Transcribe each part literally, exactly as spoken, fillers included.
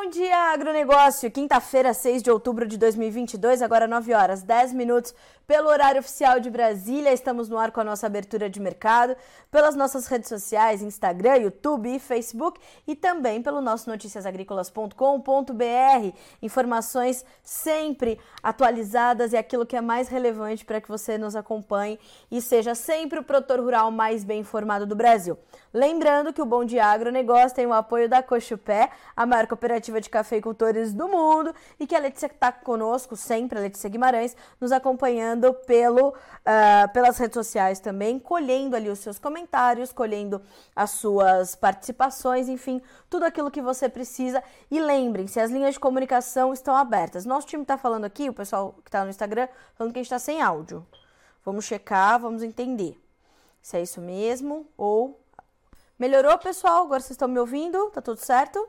Bom dia, agronegócio! Quinta-feira, seis de outubro de dois mil e vinte e dois, agora nove horas, dez minutos, pelo horário oficial de Brasília. Estamos no ar com a nossa abertura de mercado, pelas nossas redes sociais, Instagram, YouTube e Facebook, e também pelo nosso noticias agrícolas ponto com ponto br. Informações sempre atualizadas e aquilo que é mais relevante para que você nos acompanhe e seja sempre o produtor rural mais bem informado do Brasil. Lembrando que o Bom Dia Agronegócio tem o apoio da Cochupé, a maior cooperativa de cafeicultores do mundo, e que a Letícia está conosco sempre, a Letícia Guimarães, nos acompanhando pelo, uh, pelas redes sociais também, colhendo ali os seus comentários, colhendo as suas participações, enfim, tudo aquilo que você precisa. E lembrem-se, as linhas de comunicação estão abertas. Nosso time está falando aqui, o pessoal que está no Instagram, falando que a gente está sem áudio. Vamos checar, vamos entender se é isso mesmo ou... Melhorou, pessoal? Agora vocês estão me ouvindo? Tá tudo certo?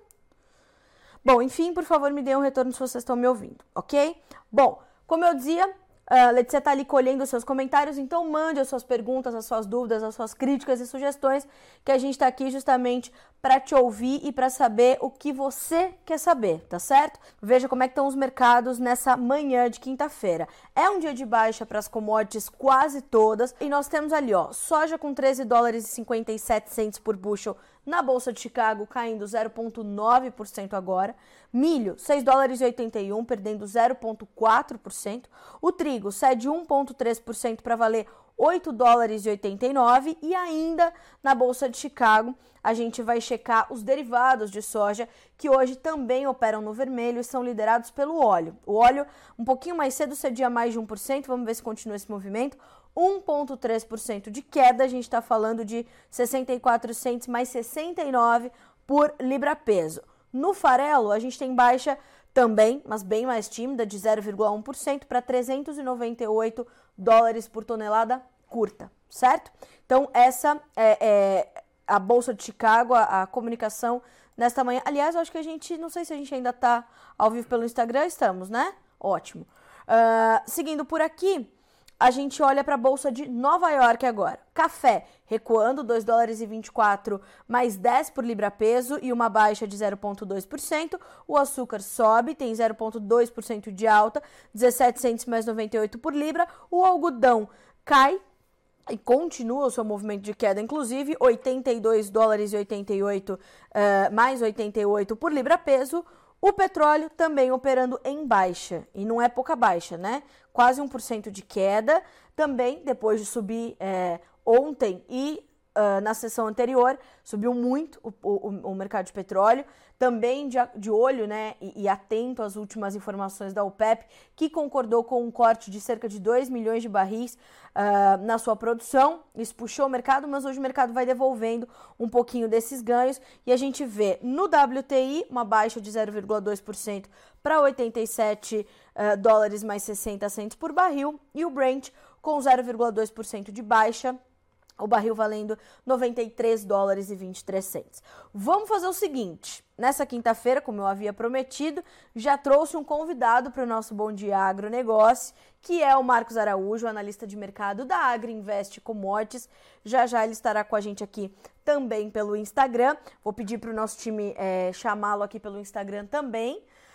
Bom, enfim, por favor, me deem um retorno se vocês estão me ouvindo, ok? Bom, como eu dizia, a Letícia está ali colhendo os seus comentários, então mande as suas perguntas, as suas dúvidas, as suas críticas e sugestões, que a gente está aqui justamente para te ouvir e para saber o que você quer saber, tá certo? Veja como é que estão os mercados nessa manhã de quinta-feira. É um dia de baixa para as commodities quase todas, e nós temos ali, ó, soja com treze dólares e cinquenta e sete centavos por bushel na Bolsa de Chicago, caindo zero vírgula nove por cento agora. Milho, seis dólares e oitenta e um, perdendo zero vírgula quatro por cento. O trigo cede um vírgula três por cento para valer oito dólares e oitenta e nove. E ainda na Bolsa de Chicago, a gente vai checar os derivados de soja, que hoje também operam no vermelho e são liderados pelo óleo. O óleo, um pouquinho mais cedo, cedia mais de um por cento. Vamos ver se continua esse movimento. um vírgula três por cento de queda, a gente está falando de sessenta e quatro centos mais sessenta e nove por libra-peso. No farelo, a gente tem baixa também, mas bem mais tímida, de zero vírgula um por cento para trezentos e noventa e oito dólares por tonelada curta, certo? Então, essa é, é a Bolsa de Chicago, a, a comunicação nesta manhã. Aliás, eu acho que a gente, não sei se a gente ainda está ao vivo pelo Instagram, estamos, né? Ótimo. Uh, seguindo por aqui, a gente olha para a Bolsa de Nova York agora. Café recuando, dois dólares e vinte e quatro mais dez por libra-peso e uma baixa de zero vírgula dois por cento. O açúcar sobe, tem zero vírgula dois por cento de alta, dezessete centos mais noventa e oito por libra. O algodão cai e continua o seu movimento de queda, inclusive oitenta e dois dólares e oitenta e oito uh, mais oitenta e oito por libra-peso. O petróleo também operando em baixa, e não é pouca baixa, né? Quase um por cento de queda, também depois de subir é, ontem e uh, na sessão anterior, subiu muito o, o, o mercado de petróleo, também de, de olho, né, e, e atento às últimas informações da OPEP, que concordou com um corte de cerca de dois milhões de barris uh, na sua produção. Isso puxou o mercado, mas hoje o mercado vai devolvendo um pouquinho desses ganhos, e a gente vê no W T I uma baixa de zero vírgula dois por cento para oitenta e sete uh, dólares mais sessenta centos por barril, e o Brent com zero vírgula dois por cento de baixa, o barril valendo noventa e três dólares e vinte e três centos. Vamos fazer o seguinte, nessa quinta-feira, como eu havia prometido, já trouxe um convidado para o nosso Bom Dia Agronegócio, que é o Marcos Araújo, analista de mercado da Agriinvest Commodities. Já já ele estará com a gente aqui também pelo Instagram. Vou pedir para o nosso time é, chamá-lo aqui pelo Instagram também.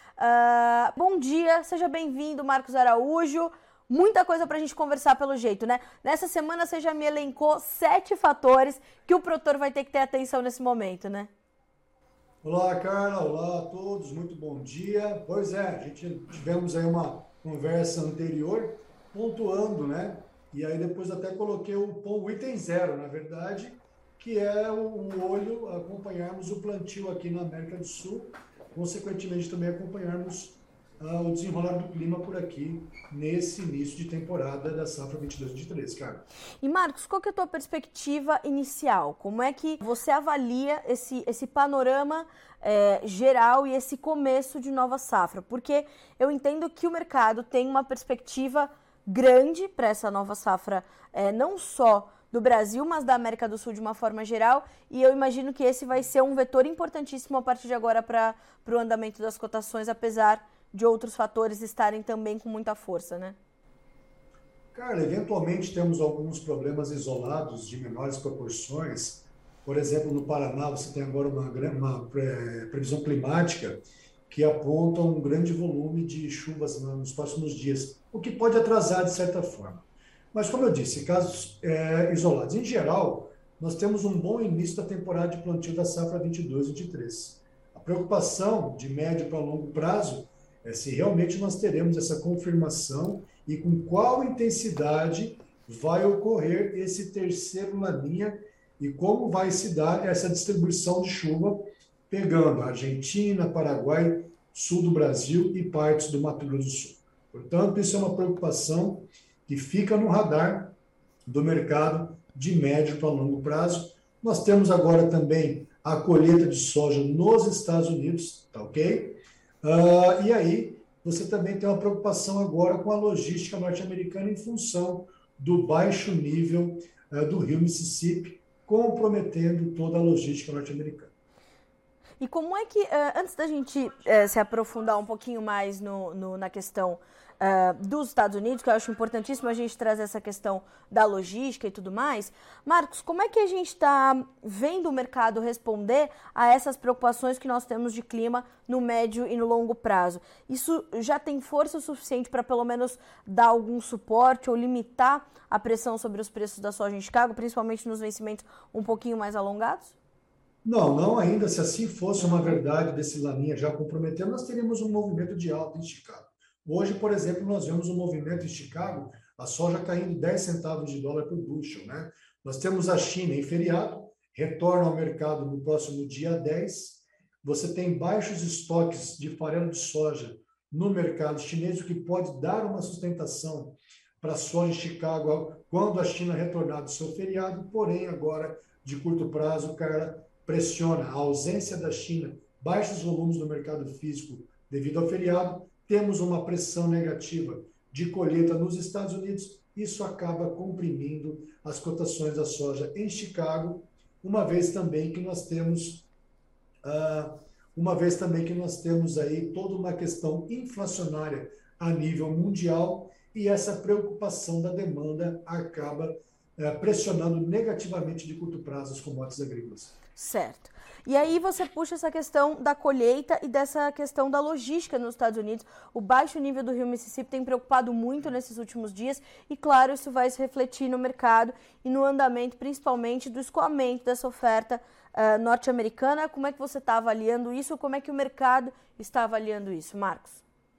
Uh, bom dia, seja bem-vindo, Marcos Araújo. Muita coisa para a gente conversar pelo jeito, né? Nessa semana você já me elencou sete fatores que o produtor vai ter que ter atenção nesse momento, né? Olá, Carla. Olá a todos. Muito bom dia. Pois é, a gente tivemos aí uma conversa anterior pontuando, né? E aí depois até coloquei o, o item zero, na verdade, que é o, o olho, acompanharmos o plantio aqui na América do Sul, consequentemente também acompanharmos Uh, o desenrolar do clima por aqui nesse início de temporada da safra vinte e dois, vinte e três, cara. E Marcos, qual que é a tua perspectiva inicial? Como é que você avalia esse, esse panorama é, geral e esse começo de nova safra? Porque eu entendo que o mercado tem uma perspectiva grande para essa nova safra, é, não só do Brasil, mas da América do Sul de uma forma geral, e eu imagino que esse vai ser um vetor importantíssimo a partir de agora para o andamento das cotações, apesar de outros fatores estarem também com muita força, né? Cara, eventualmente temos alguns problemas isolados de menores proporções. Por exemplo, no Paraná você tem agora uma, uma previsão climática que apontam um grande volume de chuvas nos próximos dias, o que pode atrasar de certa forma. Mas, como eu disse, casos é, isolados. Em geral, nós temos um bom início da temporada de plantio da safra vinte e dois, vinte e três. A preocupação de médio para longo prazo é se realmente nós teremos essa confirmação e com qual intensidade vai ocorrer esse terceiro laninha e como vai se dar essa distribuição de chuva, pegando a Argentina, Paraguai, sul do Brasil e partes do Mato Grosso do Sul. Portanto, isso é uma preocupação que fica no radar do mercado de médio para longo prazo. Nós temos agora também a colheita de soja nos Estados Unidos, tá ok? Uh, e aí, você também tem uma preocupação agora com a logística norte-americana em função do baixo nível uh, do rio Mississippi, comprometendo toda a logística norte-americana. E como é que, uh, antes da gente uh, se aprofundar um pouquinho mais no, no, na questão uh, dos Estados Unidos, que eu acho importantíssimo a gente trazer essa questão da logística e tudo mais, Marcos, como é que a gente está vendo o mercado responder a essas preocupações que nós temos de clima no médio e no longo prazo? Isso já tem força suficiente para pelo menos dar algum suporte ou limitar a pressão sobre os preços da soja em Chicago, principalmente nos vencimentos um pouquinho mais alongados? Não, não ainda. Se assim fosse uma verdade desse laninha já comprometendo, nós teríamos um movimento de alta em Chicago. Hoje, por exemplo, nós vemos um movimento em Chicago, a soja caindo dez centavos de dólar por bushel, né? Nós temos a China em feriado, retorna ao mercado no próximo dia dez. Você tem baixos estoques de farelo de soja no mercado chinês, o que pode dar uma sustentação para a soja em Chicago quando a China retornar do seu feriado, porém agora, de curto prazo, Carla, pressiona a ausência da China, baixos volumes no mercado físico devido ao feriado, temos uma pressão negativa de colheita nos Estados Unidos, isso acaba comprimindo as cotações da soja em Chicago, uma vez também que nós temos uh, uma vez também que nós temos aí toda uma questão inflacionária a nível mundial e essa preocupação da demanda acaba uh, pressionando negativamente de curto prazo as commodities agrícolas. Certo. E aí você puxa essa questão da colheita e dessa questão da logística nos Estados Unidos. O baixo nível do rio Mississippi tem preocupado muito nesses últimos dias e, claro, isso vai se refletir no mercado e no andamento, principalmente, do escoamento dessa oferta uh, norte-americana. Como é que você está avaliando isso? Como é que o mercado está avaliando isso, Marcos?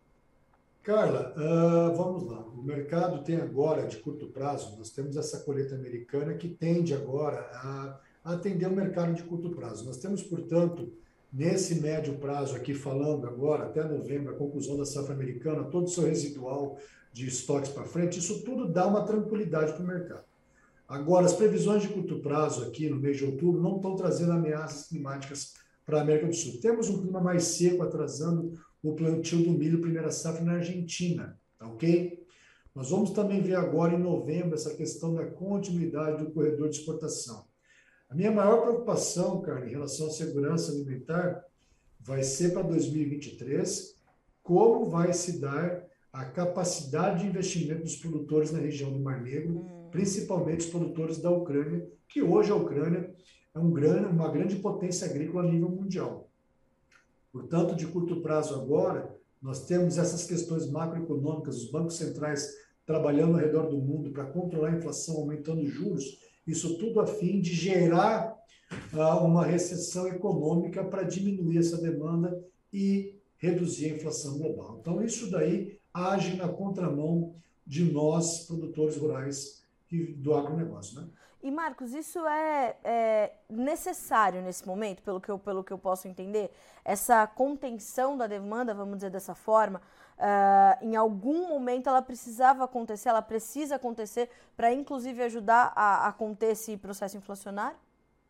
Carla, uh, vamos lá. O mercado tem agora, de curto prazo, nós temos essa colheita americana que tende agora a atender o mercado de curto prazo. Nós temos, portanto, nesse médio prazo aqui, falando agora, até novembro, a conclusão da safra americana, todo o seu residual de estoques para frente, isso tudo dá uma tranquilidade para o mercado. Agora, as previsões de curto prazo aqui no mês de outubro não estão trazendo ameaças climáticas para a América do Sul. Temos um clima mais seco atrasando o plantio do milho primeira safra na Argentina, tá ok? Nós vamos também ver agora em novembro essa questão da continuidade do corredor de exportação. A minha maior preocupação, cara, em relação à segurança alimentar vai ser para dois mil e vinte e três, como vai se dar a capacidade de investimento dos produtores na região do Mar Negro, principalmente os produtores da Ucrânia, que hoje a Ucrânia é um grande, uma grande potência agrícola a nível mundial. Portanto, de curto prazo agora, nós temos essas questões macroeconômicas, os bancos centrais trabalhando ao redor do mundo para controlar a inflação, aumentando os juros, isso tudo a fim de gerar uh, uma recessão econômica para diminuir essa demanda e reduzir a inflação global. Então, isso daí age na contramão de nós, produtores rurais e do agronegócio, né? E, Marcos, isso é, é necessário nesse momento, pelo que, eu, pelo que eu posso entender? Essa contenção da demanda, vamos dizer dessa forma, uh, em algum momento ela precisava acontecer, ela precisa acontecer para, inclusive, ajudar a, a conter esse processo inflacionário?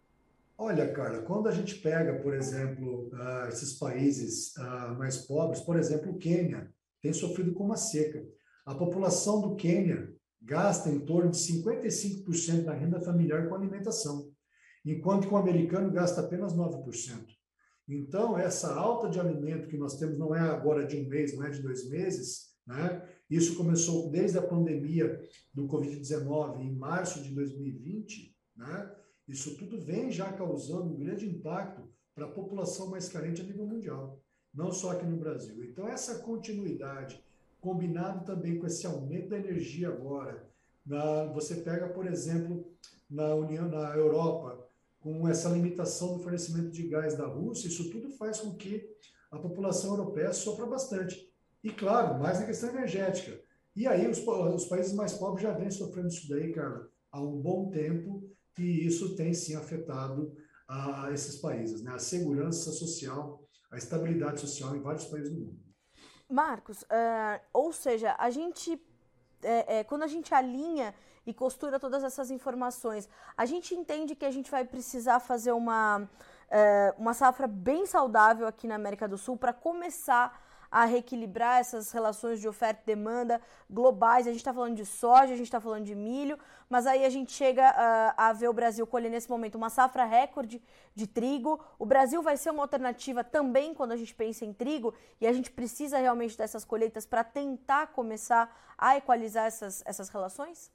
Olha, Carla, quando a gente pega, por exemplo, uh, esses países uh, mais pobres, por exemplo, o Quênia tem sofrido com uma seca. A população do Quênia gasta em torno de cinquenta e cinco por cento da renda familiar com alimentação, enquanto que o americano gasta apenas nove por cento. Então, essa alta de alimento que nós temos não é agora de um mês, não é de dois meses, né? Isso começou desde a pandemia do covid dezenove, em março de dois mil e vinte, né? Isso tudo vem já causando um grande impacto para a população mais carente a nível mundial. não só aqui no Brasil. Então, essa continuidade, combinado também com esse aumento da energia agora, na, você pega, por exemplo, na União, na Europa, com essa limitação do fornecimento de gás da Rússia, isso tudo faz com que a população europeia sofra bastante. E, claro, mais na questão energética. E aí, os, os países mais pobres já vêm sofrendo isso daí, Carla, há um bom tempo, e isso tem, sim, afetado a esses países, né? A segurança social, a estabilidade social em vários países do mundo. Marcos, uh, ou seja, a gente, é, é, quando a gente alinha e costura todas essas informações, a gente entende que a gente vai precisar fazer uma, é, uma safra bem saudável aqui na América do Sul para começar a reequilibrar essas relações de oferta e demanda globais. A gente está falando de soja, a gente está falando de milho, mas aí a gente chega uh, a ver o Brasil colher nesse momento uma safra recorde de trigo. O Brasil vai ser uma alternativa também quando a gente pensa em trigo e a gente precisa realmente dessas colheitas para tentar começar a equalizar essas, essas relações?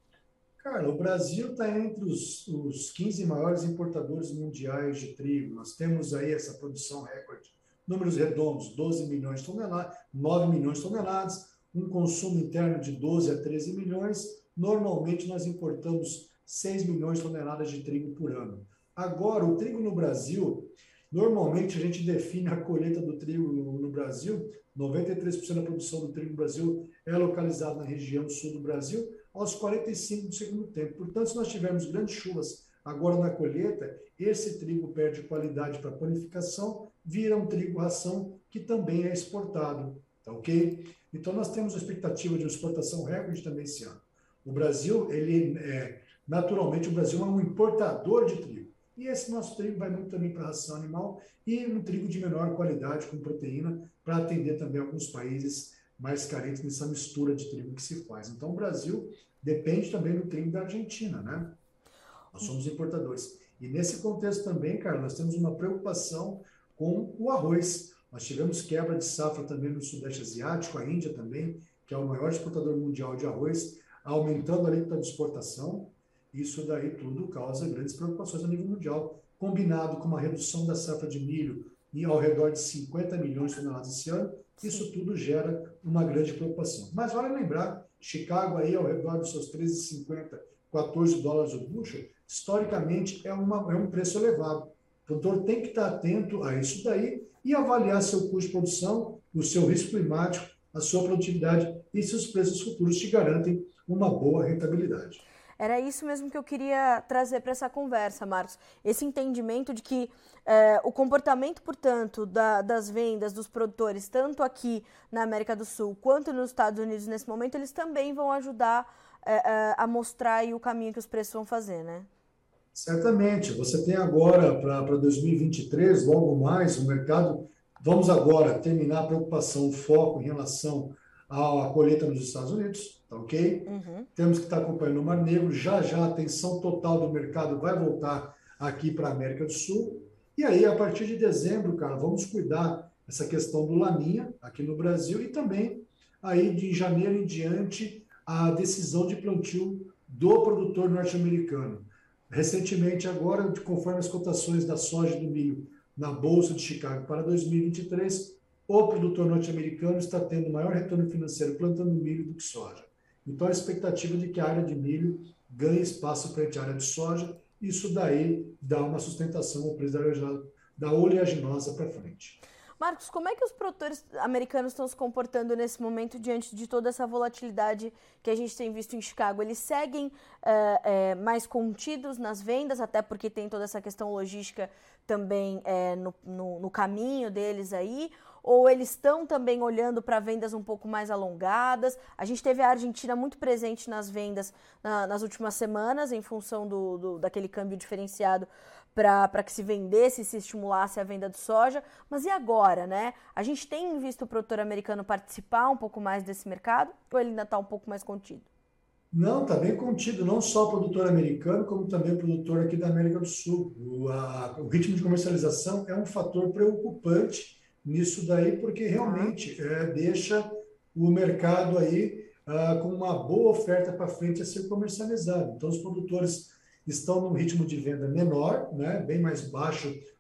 Cara, o Brasil está entre os, os quinze maiores importadores mundiais de trigo. Nós temos aí essa produção recorde. Números redondos, doze milhões de toneladas, nove milhões de toneladas, um consumo interno de doze a treze milhões. Normalmente nós importamos seis milhões de toneladas de trigo por ano. Agora, o trigo no Brasil, normalmente a gente define a colheita do trigo no, no Brasil, noventa e três por cento da produção do trigo no Brasil é localizada na região sul do Brasil, aos quarenta e cinco do segundo tempo. Portanto, se nós tivermos grandes chuvas agora na colheita, esse trigo perde qualidade para panificação, vira um trigo ração que também é exportado, tá ok? Então nós temos a expectativa de uma exportação recorde também esse ano. O Brasil, ele é, naturalmente o Brasil é um importador de trigo. E esse nosso trigo vai muito também para ração animal e um trigo de menor qualidade com proteína para atender também alguns países mais carentes nessa mistura de trigo que se faz. Então o Brasil depende também do trigo da Argentina, né? Nós somos importadores. E nesse contexto também, cara, nós temos uma preocupação com o arroz. Nós tivemos quebra de safra também no Sudeste Asiático, a Índia também, que é o maior exportador mundial de arroz, aumentando a alíquota de exportação. Isso daí tudo causa grandes preocupações a nível mundial, combinado com uma redução da safra de milho em ao redor de cinquenta milhões de toneladas esse ano, isso tudo gera uma grande preocupação. Mas vale lembrar, Chicago aí ao redor dos seus treze e cinquenta, quatorze dólares o bushel, historicamente é, uma, é um preço elevado. O produtor tem que estar atento a isso daí e avaliar seu custo de produção, o seu risco climático, a sua produtividade e se os preços futuros te garantem uma boa rentabilidade. Era isso mesmo que eu queria trazer para essa conversa, Marcos. Esse entendimento de que é, o comportamento, portanto, da, das vendas dos produtores, tanto aqui na América do Sul quanto nos Estados Unidos nesse momento, eles também vão ajudar é, é, a mostrar aí o caminho que os preços vão fazer, né? Certamente. Você tem agora, para dois mil e vinte e três, logo mais, o mercado... Vamos agora terminar a preocupação, o foco em relação à colheita nos Estados Unidos, tá ok? Uhum. Temos que estar acompanhando o Mar Negro, já já a atenção total do mercado vai voltar aqui para a América do Sul. E aí, a partir de dezembro, cara, vamos cuidar essa questão do Laninha aqui no Brasil e também aí de janeiro em diante a decisão de plantio do produtor norte-americano. Recentemente, agora, conforme as cotações da soja e do milho na Bolsa de Chicago para dois mil e vinte e três, o produtor norte-americano está tendo maior retorno financeiro plantando milho do que soja. Então, a expectativa de que a área de milho ganhe espaço frente à área de soja, isso daí dá uma sustentação ao preço da oleaginosa para frente. Marcos, como é que os produtores americanos estão se comportando nesse momento diante de toda essa volatilidade que a gente tem visto em Chicago? Eles seguem é, é, mais contidos nas vendas, até porque tem toda essa questão logística também é, no, no, no caminho deles aí? Ou eles estão também olhando para vendas um pouco mais alongadas? A gente teve a Argentina muito presente nas vendas na, nas últimas semanas, em função do, do, daquele câmbio diferenciado para que se vendesse e se estimulasse a venda de soja. Mas e agora, né? A gente tem visto o produtor americano participar um pouco mais desse mercado ou ele ainda está um pouco mais contido? Não, está bem contido, não só o produtor americano, como também o produtor aqui da América do Sul. O, a, o ritmo de comercialização é um fator preocupante nisso daí, porque realmente é, deixa o mercado aí ah, com uma boa oferta para frente a ser comercializado. Então, os produtores estão num ritmo de venda menor, né, bem mais baixo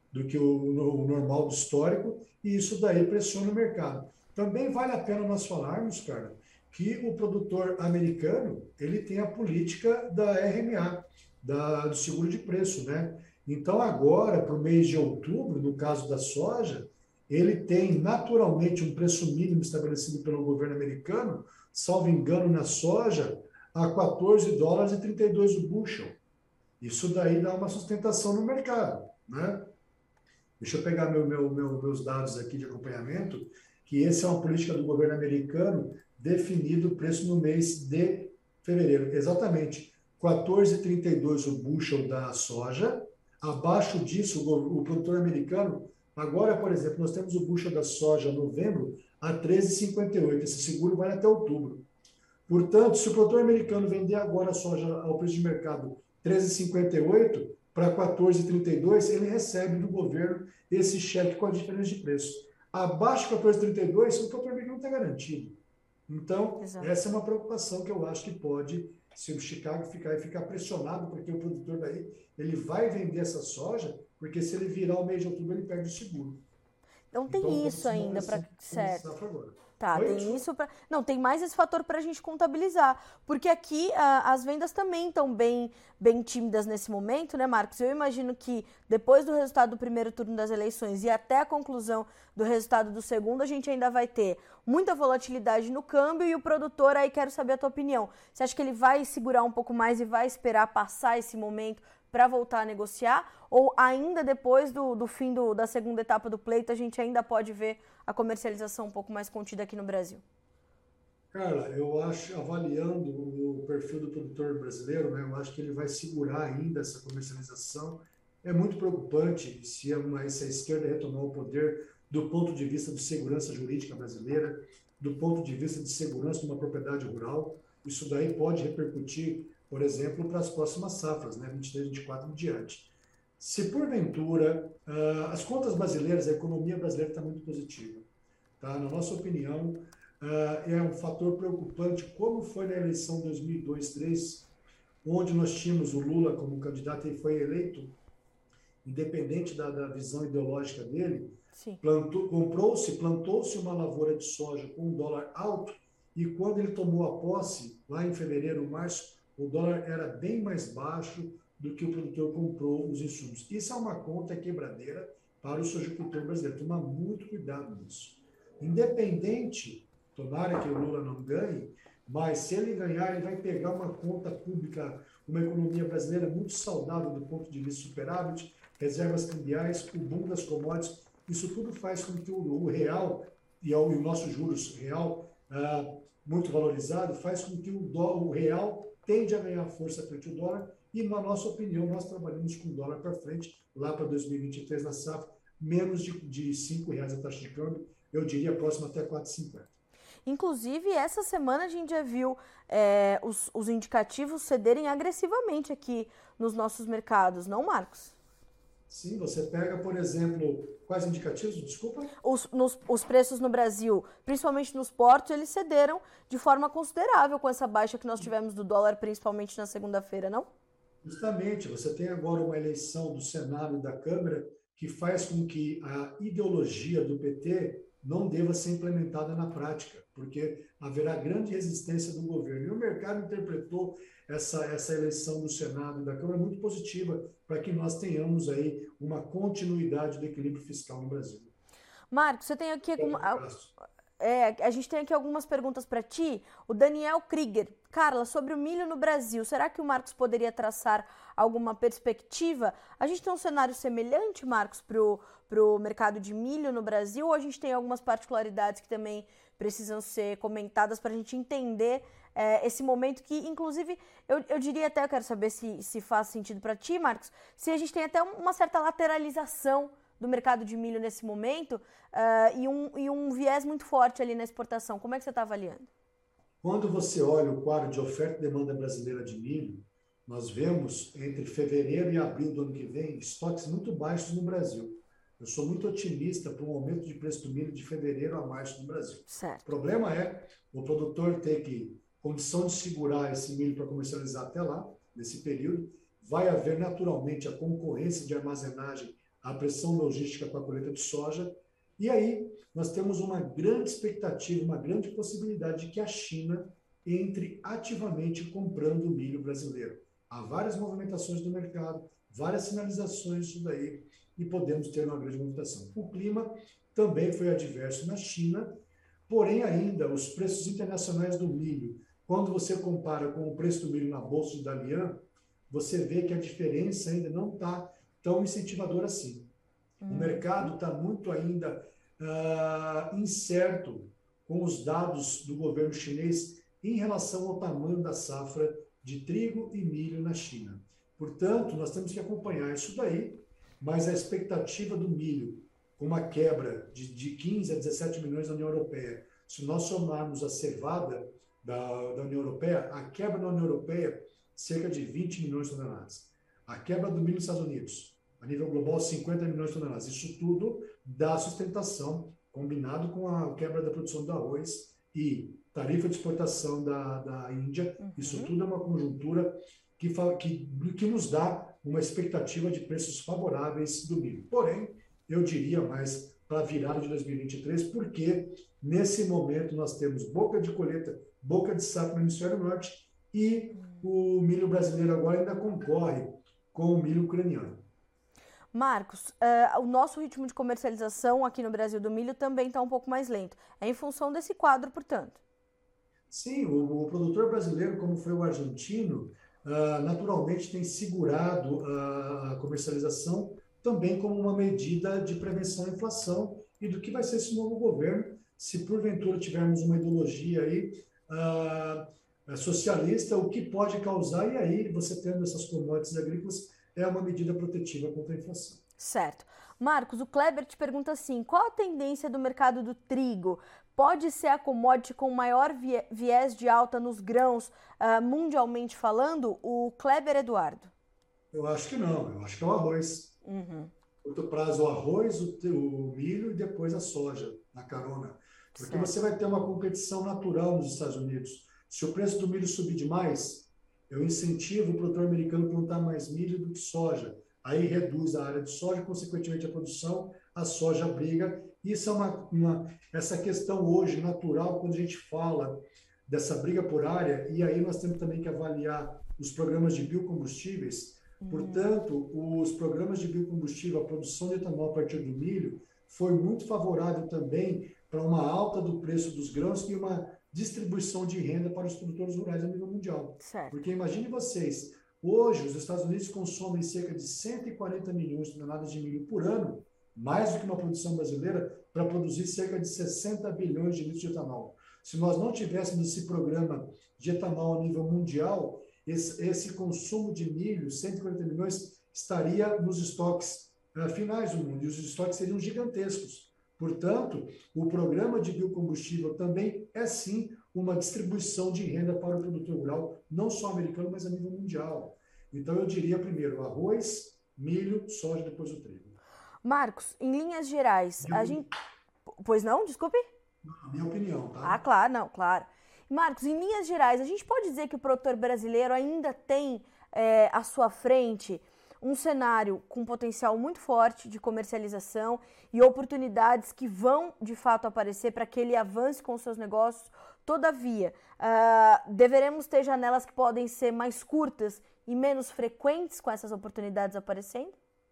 do que o, o normal do histórico, e isso daí pressiona o mercado. Também vale a pena nós falarmos, cara, que o produtor americano, ele tem a política da R M A, da, do seguro de preço, né? Então agora, para o mês de outubro, no caso da soja, ele tem naturalmente um preço mínimo estabelecido pelo governo americano, salvo engano, na soja, a quatorze dólares e trinta e dois o bushel. Isso daí dá uma sustentação no mercado, né? Deixa eu pegar meu, meu, meu, meus dados aqui de acompanhamento, que essa é uma política do governo americano definido o preço no mês de fevereiro. Exatamente, quatorze e trinta e dois o bushel da soja. Abaixo disso, o, o produtor americano, agora, por exemplo, nós temos o bushel da soja novembro a treze e cinquenta e oito. Esse seguro vai até outubro. Portanto, se o produtor americano vender agora a soja ao preço de mercado treze e cinquenta e oito para quatorze e trinta e dois, ele recebe do governo esse cheque com a diferença de preço. Abaixo de quatorze e trinta e dois, o produtor americano está garantido. Então, Exato. Essa é uma preocupação que eu acho que pode, se o Chicago ficar e ficar pressionado, porque o produtor daí, ele vai vender essa soja, porque se ele virar o mês de outubro, ele perde o seguro. Então tem então, isso ainda para certo. Tá, Oi, tem isso para não tem mais esse fator para a gente contabilizar, porque aqui a, as vendas também estão bem bem tímidas nesse momento, né, Marcos? Eu imagino que depois do resultado do primeiro turno das eleições e até a conclusão do resultado do segundo, a gente ainda vai ter muita volatilidade no câmbio e o produtor aí quero saber a tua opinião. Você acha que ele vai segurar um pouco mais e vai esperar passar esse momento para voltar a negociar? Ou ainda depois do, do fim do, da segunda etapa do pleito, a gente ainda pode ver a comercialização um pouco mais contida aqui no Brasil? Carla, eu acho, avaliando o perfil do produtor brasileiro, né, eu acho que ele vai segurar ainda essa comercialização. É muito preocupante se, uma, se a esquerda retomar o poder do ponto de vista de segurança jurídica brasileira, do ponto de vista de segurança de uma propriedade rural. Isso daí pode repercutir, por exemplo, para as próximas safras, né, vinte e três, vinte e quatro em diante. Se porventura, uh, as contas brasileiras, a economia brasileira está muito positiva. Tá? Na nossa opinião, uh, é um fator preocupante, como foi na eleição de dois mil e dois, dois mil e três, onde nós tínhamos o Lula como candidato e foi eleito, independente da, da visão ideológica dele, plantou, comprou-se, plantou-se uma lavoura de soja com um dólar alto, e quando ele tomou a posse, lá em fevereiro, março, o dólar era bem mais baixo do que o produtor comprou os insumos. Isso é uma conta quebradeira para o sojicultor brasileiro. Tomar muito cuidado nisso. Independente, tomara que o Lula não ganhe, mas se ele ganhar, ele vai pegar uma conta pública, uma economia brasileira muito saudável do ponto de vista superávit, reservas cambiais, o boom das commodities. Isso tudo faz com que o, o real, e o, e o nosso juros real, ah, muito valorizado, faz com que o, dó, o real tende a ganhar força frente ao dólar. E, na nossa opinião, nós trabalhamos com dólar para frente, lá para dois mil e vinte e três, na safra, menos de, de cinco reais a taxa de câmbio, eu diria próximo até quatro reais e cinquenta. Inclusive, essa semana a gente já viu é, os, os indicativos cederem agressivamente aqui nos nossos mercados, não, Marcos? Sim, você pega, por exemplo, quais indicativos, desculpa? Os, nos, os preços no Brasil, principalmente nos portos, eles cederam de forma considerável com essa baixa que nós tivemos do dólar, principalmente na segunda-feira, não? Justamente, você tem agora uma eleição do Senado e da Câmara que faz com que a ideologia do P T não deva ser implementada na prática, porque haverá grande resistência do governo. E o mercado interpretou essa, essa eleição do Senado e da Câmara muito positiva para que nós tenhamos aí uma continuidade do equilíbrio fiscal no Brasil. Marcos, você tem aqui alguma... É, a gente tem aqui algumas perguntas para ti. O Daniel Krieger. Carla, sobre o milho no Brasil, será que o Marcos poderia traçar alguma perspectiva? A gente tem um cenário semelhante, Marcos, para o mercado de milho no Brasil, ou a gente tem algumas particularidades que também precisam ser comentadas para a gente entender é, esse momento que, inclusive, eu, eu diria até, eu quero saber se, se faz sentido para ti, Marcos, se a gente tem até uma certa lateralização do mercado de milho nesse momento uh, e, um, e um viés muito forte ali na exportação. Como é que você está avaliando? Quando você olha o quadro de oferta e demanda brasileira de milho, nós vemos entre fevereiro e abril do ano que vem estoques muito baixos no Brasil. Eu sou muito otimista para um aumento de preço do milho de fevereiro a março no Brasil. Certo. O problema é o produtor ter que condição de segurar esse milho para comercializar até lá, nesse período. Vai haver naturalmente a concorrência de armazenagem a pressão logística para a colheita de soja. E aí nós temos uma grande expectativa, uma grande possibilidade de que a China entre ativamente comprando o milho brasileiro. Há várias movimentações do mercado, várias sinalizações disso daí, e podemos ter uma grande movimentação. O clima também foi adverso na China, porém ainda os preços internacionais do milho, quando você compara com o preço do milho na Bolsa de Dalian, você vê que a diferença ainda não está tão incentivadora assim. Hum. O mercado está muito ainda uh, incerto com os dados do governo chinês em relação ao tamanho da safra de trigo e milho na China. Portanto, nós temos que acompanhar isso daí, mas a expectativa do milho, com uma quebra de, de quinze a dezessete milhões na União Europeia, se nós somarmos a cevada da, da União Europeia, a quebra na União Europeia, cerca de vinte milhões de toneladas. A quebra do milho nos Estados Unidos, a nível global, cinquenta milhões de toneladas. Isso tudo dá sustentação, combinado com a quebra da produção do arroz e tarifa de exportação da, da Índia. Uhum. Isso tudo é uma conjuntura que, que, que nos dá uma expectativa de preços favoráveis do milho. Porém, eu diria mais para a virada de dois mil e vinte e três, porque nesse momento nós temos boca de colheita, boca de safra no hemisfério norte e o milho brasileiro agora ainda concorre com o milho ucraniano. Marcos, uh, o nosso ritmo de comercialização aqui no Brasil do milho também está um pouco mais lento. É em função desse quadro, portanto? Sim, o, o produtor brasileiro, como foi o argentino, uh, naturalmente tem segurado a comercialização também como uma medida de prevenção à inflação e do que vai ser esse novo governo, se porventura tivermos uma ideologia aí uh, socialista, o que pode causar, e aí você tendo essas commodities agrícolas, é uma medida protetiva contra a inflação. Certo. Marcos, o Kleber te pergunta assim, qual a tendência do mercado do trigo? Pode ser a commodity com maior viés de alta nos grãos, uh, mundialmente falando? O Kleber Eduardo. Eu acho que não, eu acho que é o arroz. Uhum. Curto prazo, o arroz, o, o milho e depois a soja, na carona. Porque certo. Você vai ter uma competição natural nos Estados Unidos. Se o preço do milho subir demais, eu incentivo o produtor americano a plantar mais milho do que soja. Aí reduz a área de soja, consequentemente a produção, a soja briga. Isso é uma, uma essa questão hoje natural quando a gente fala dessa briga por área, e aí nós temos também que avaliar os programas de biocombustíveis. Uhum. Portanto, os programas de biocombustível, a produção de etanol a partir do milho, foi muito favorável também para uma alta do preço dos grãos e uma distribuição de renda para os produtores rurais a nível mundial. Certo. Porque imagine vocês, hoje os Estados Unidos consomem cerca de cento e quarenta milhões de toneladas de milho por ano, mais do que uma produção brasileira, para produzir cerca de sessenta bilhões de litros de etanol. Se nós não tivéssemos esse programa de etanol a nível mundial, esse, esse consumo de milho, cento e quarenta milhões, estaria nos estoques uh, finais do mundo, e os estoques seriam gigantescos. Portanto, o programa de biocombustível também é sim uma distribuição de renda para o produtor rural, não só americano, mas a nível mundial. Então eu diria primeiro arroz, milho, soja, depois o trigo. Marcos, em linhas gerais, minha a gente... Pois não? Desculpe? A minha opinião, tá? Ah, claro, não, claro. Marcos, em linhas gerais, a gente pode dizer que o produtor brasileiro ainda tem é, à sua frente um cenário com potencial muito forte de comercialização e oportunidades que vão, de fato, aparecer para que ele avance com os seus negócios. Todavia, uh, deveremos ter janelas que podem ser mais curtas e menos frequentes com essas oportunidades aparecendo?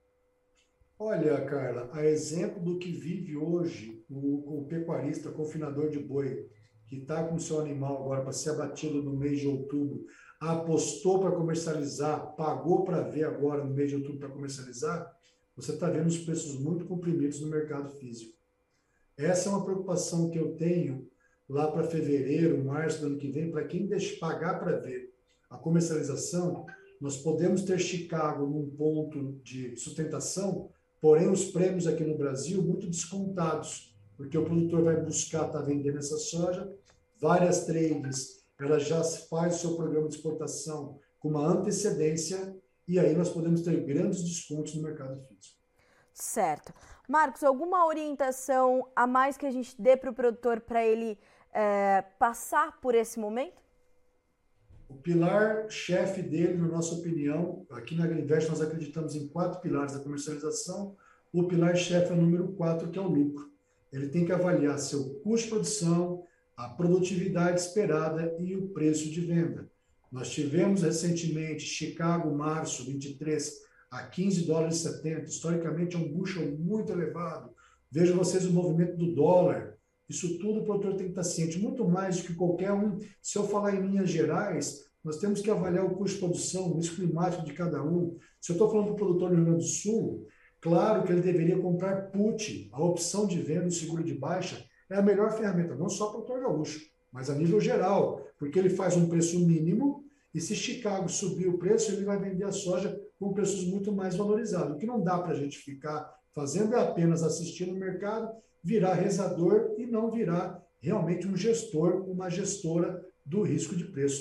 Olha, Carla, a exemplo do que vive hoje o, o pecuarista, confinador de boi, que está com o seu animal agora para ser abatido no mês de outubro, apostou para comercializar, pagou para ver agora no mês de outubro para comercializar, você está vendo os preços muito comprimidos no mercado físico. Essa é uma preocupação que eu tenho lá para fevereiro, março do ano que vem, para quem deixa pagar para ver a comercialização. Nós podemos ter Chicago num ponto de sustentação, porém os prêmios aqui no Brasil muito descontados, porque o produtor vai buscar estar tá vendendo essa soja, várias trades, ela já faz o seu programa de exportação com uma antecedência, e aí nós podemos ter grandes descontos no mercado físico. Certo. Marcos, alguma orientação a mais que a gente dê para o produtor para ele é, passar por esse momento? O pilar chefe dele, na nossa opinião, aqui na Agrinvest nós acreditamos em quatro pilares da comercialização. o pilar-chefe é o número quatro, que é o lucro. Ele tem que avaliar seu custo de produção, a produtividade esperada e o preço de venda. Nós tivemos recentemente Chicago, março vinte e três, a quinze dólares e setenta. Historicamente é um bushel muito elevado. Vejam vocês o movimento do dólar. Isso tudo o produtor tem que estar ciente, muito mais do que qualquer um. Se eu falar em linhas gerais, nós temos que avaliar o custo de produção, o risco climático de cada um. Se eu estou falando para o produtor do Rio Grande do Sul, claro que ele deveria comprar put, a opção de venda do seguro de baixa é a melhor ferramenta, não só para o produtor gaúcho, mas a nível geral, porque ele faz um preço mínimo e se Chicago subir o preço, ele vai vender a soja com preços muito mais valorizados. O que não dá para a gente ficar fazendo é apenas assistir no mercado, virar rezador e não virar realmente um gestor, uma gestora do risco de preço.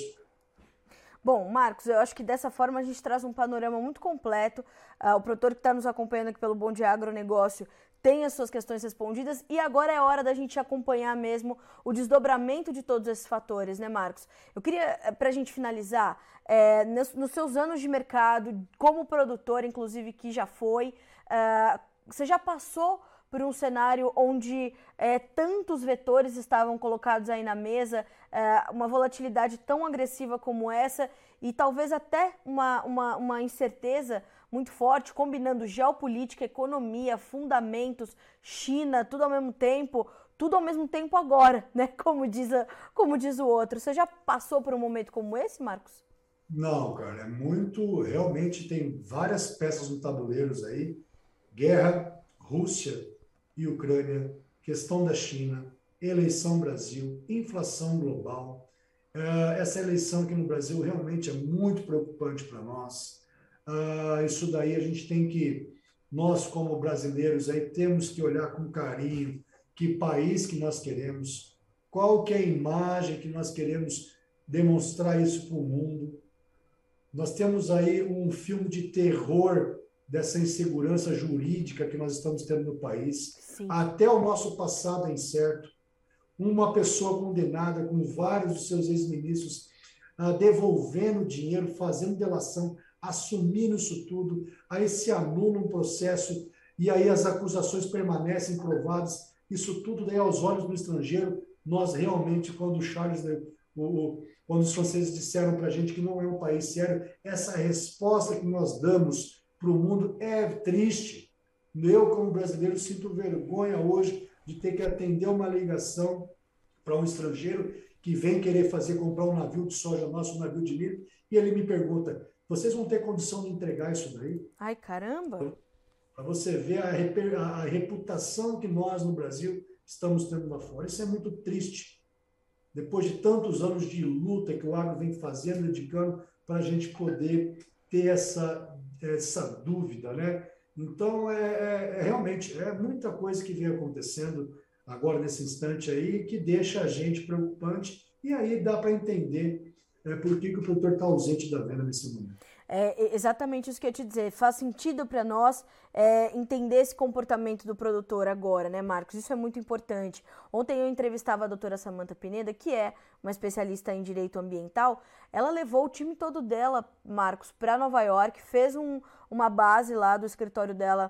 Bom, Marcos, eu acho que dessa forma a gente traz um panorama muito completo. Uh, o produtor que está nos acompanhando aqui pelo Bom Dia Agronegócio tem as suas questões respondidas e agora é hora da gente acompanhar mesmo o desdobramento de todos esses fatores, né, Marcos? Eu queria, para a gente finalizar, é, nos, nos seus anos de mercado, como produtor, inclusive, que já foi, uh, você já passou por um cenário onde é, tantos vetores estavam colocados aí na mesa, é, uma volatilidade tão agressiva como essa e talvez até uma, uma, uma incerteza muito forte, combinando geopolítica, economia, fundamentos, China, tudo ao mesmo tempo, tudo ao mesmo tempo agora, né? Como diz, a, como diz o outro. Você já passou por um momento como esse, Marcos? Não, cara, é muito... Realmente tem várias peças no tabuleiro aí. Guerra, Rússia e Ucrânia, questão da China, eleição Brasil, inflação global. Essa eleição aqui no Brasil realmente é muito preocupante para nós. Isso daí a gente tem que, nós como brasileiros, aí temos que olhar com carinho que país que nós queremos, qual que é a imagem que nós queremos demonstrar isso para o mundo. Nós temos aí um filme de terror dessa insegurança jurídica que nós estamos tendo no país. Sim. Até o nosso passado é incerto. Uma pessoa condenada com vários dos seus ex-ministros uh, devolvendo dinheiro, fazendo delação, assumindo isso tudo, aí se anula um processo e aí as acusações permanecem provadas. Isso tudo daí aos olhos do estrangeiro, nós realmente, quando o Charles, o, o, quando os franceses disseram para a gente que não é um país sério, essa resposta que nós damos para o mundo é triste. Eu, como brasileiro, sinto vergonha hoje de ter que atender uma ligação para um estrangeiro que vem querer fazer, comprar um navio de soja nosso, um navio de milho, e ele me pergunta, vocês vão ter condição de entregar isso daí? Ai, caramba! Para você ver a, a reputação que nós, no Brasil, estamos tendo lá fora. Isso é muito triste. Depois de tantos anos de luta que o agro vem fazendo, dedicando, para a gente poder ter essa essa dúvida, né? Então, é, é, é realmente, é muita coisa que vem acontecendo agora nesse instante aí, que deixa a gente preocupante, e aí dá para entender é, por que, que o produtor está ausente da venda nesse momento. É exatamente isso que eu ia te dizer. Faz sentido para nós é, entender esse comportamento do produtor agora, né, Marcos? Isso é muito importante. Ontem eu entrevistava a doutora Samantha Pineda, que é uma especialista em direito ambiental. Ela levou o time todo dela, Marcos, para Nova York, fez um, uma base lá do escritório dela,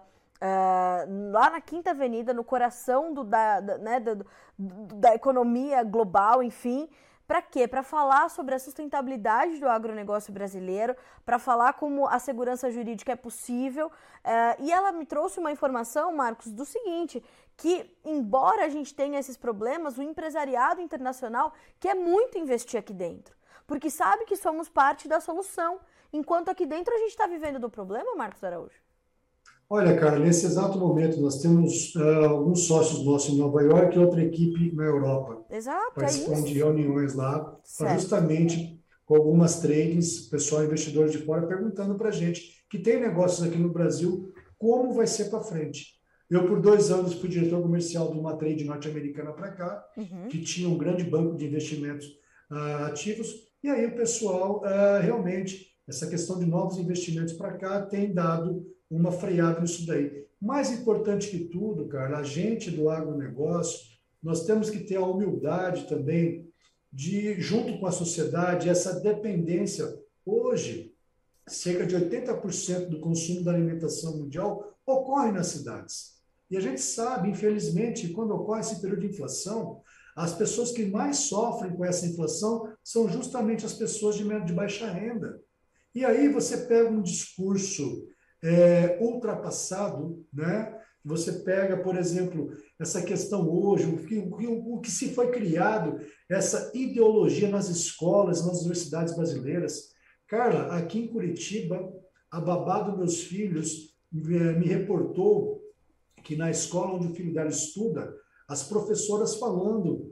uh, lá na Quinta Avenida, no coração do, da, da, né, da, da economia global, enfim. Para quê? Para falar sobre a sustentabilidade do agronegócio brasileiro, para falar como a segurança jurídica é possível. Uh, e ela me trouxe uma informação, Marcos, do seguinte, que embora a gente tenha esses problemas, o empresariado internacional quer muito investir aqui dentro, porque sabe que somos parte da solução, enquanto aqui dentro a gente está vivendo do problema, Marcos Araújo. Olha, cara, nesse exato momento nós temos uh, alguns sócios nossos em Nova York e outra equipe na Europa. Exato, participando é de reuniões lá, para justamente com algumas tradings, pessoal investidores de fora, perguntando para a gente que tem negócios aqui no Brasil, como vai ser para frente. Eu, por dois anos, fui diretor comercial de uma trade norte-americana para cá, uhum. que tinha um grande banco de investimentos uh, ativos, e aí o pessoal, uh, realmente, essa questão de novos investimentos para cá tem dado uma freada nisso daí. Mais importante que tudo, cara, a gente do agronegócio, nós temos que ter a humildade também de, junto com a sociedade, essa dependência. Hoje, cerca de oitenta por cento do consumo da alimentação mundial ocorre nas cidades. E a gente sabe, infelizmente, quando ocorre esse período de inflação, as pessoas que mais sofrem com essa inflação são justamente as pessoas de, de baixa renda. E aí você pega um discurso é, ultrapassado, né? Você pega, por exemplo, essa questão hoje, o que, o, o que se foi criado, essa ideologia nas escolas, nas universidades brasileiras. Carla, aqui em Curitiba, a babá dos meus filhos me reportou que na escola onde o filho dela estuda, as professoras falando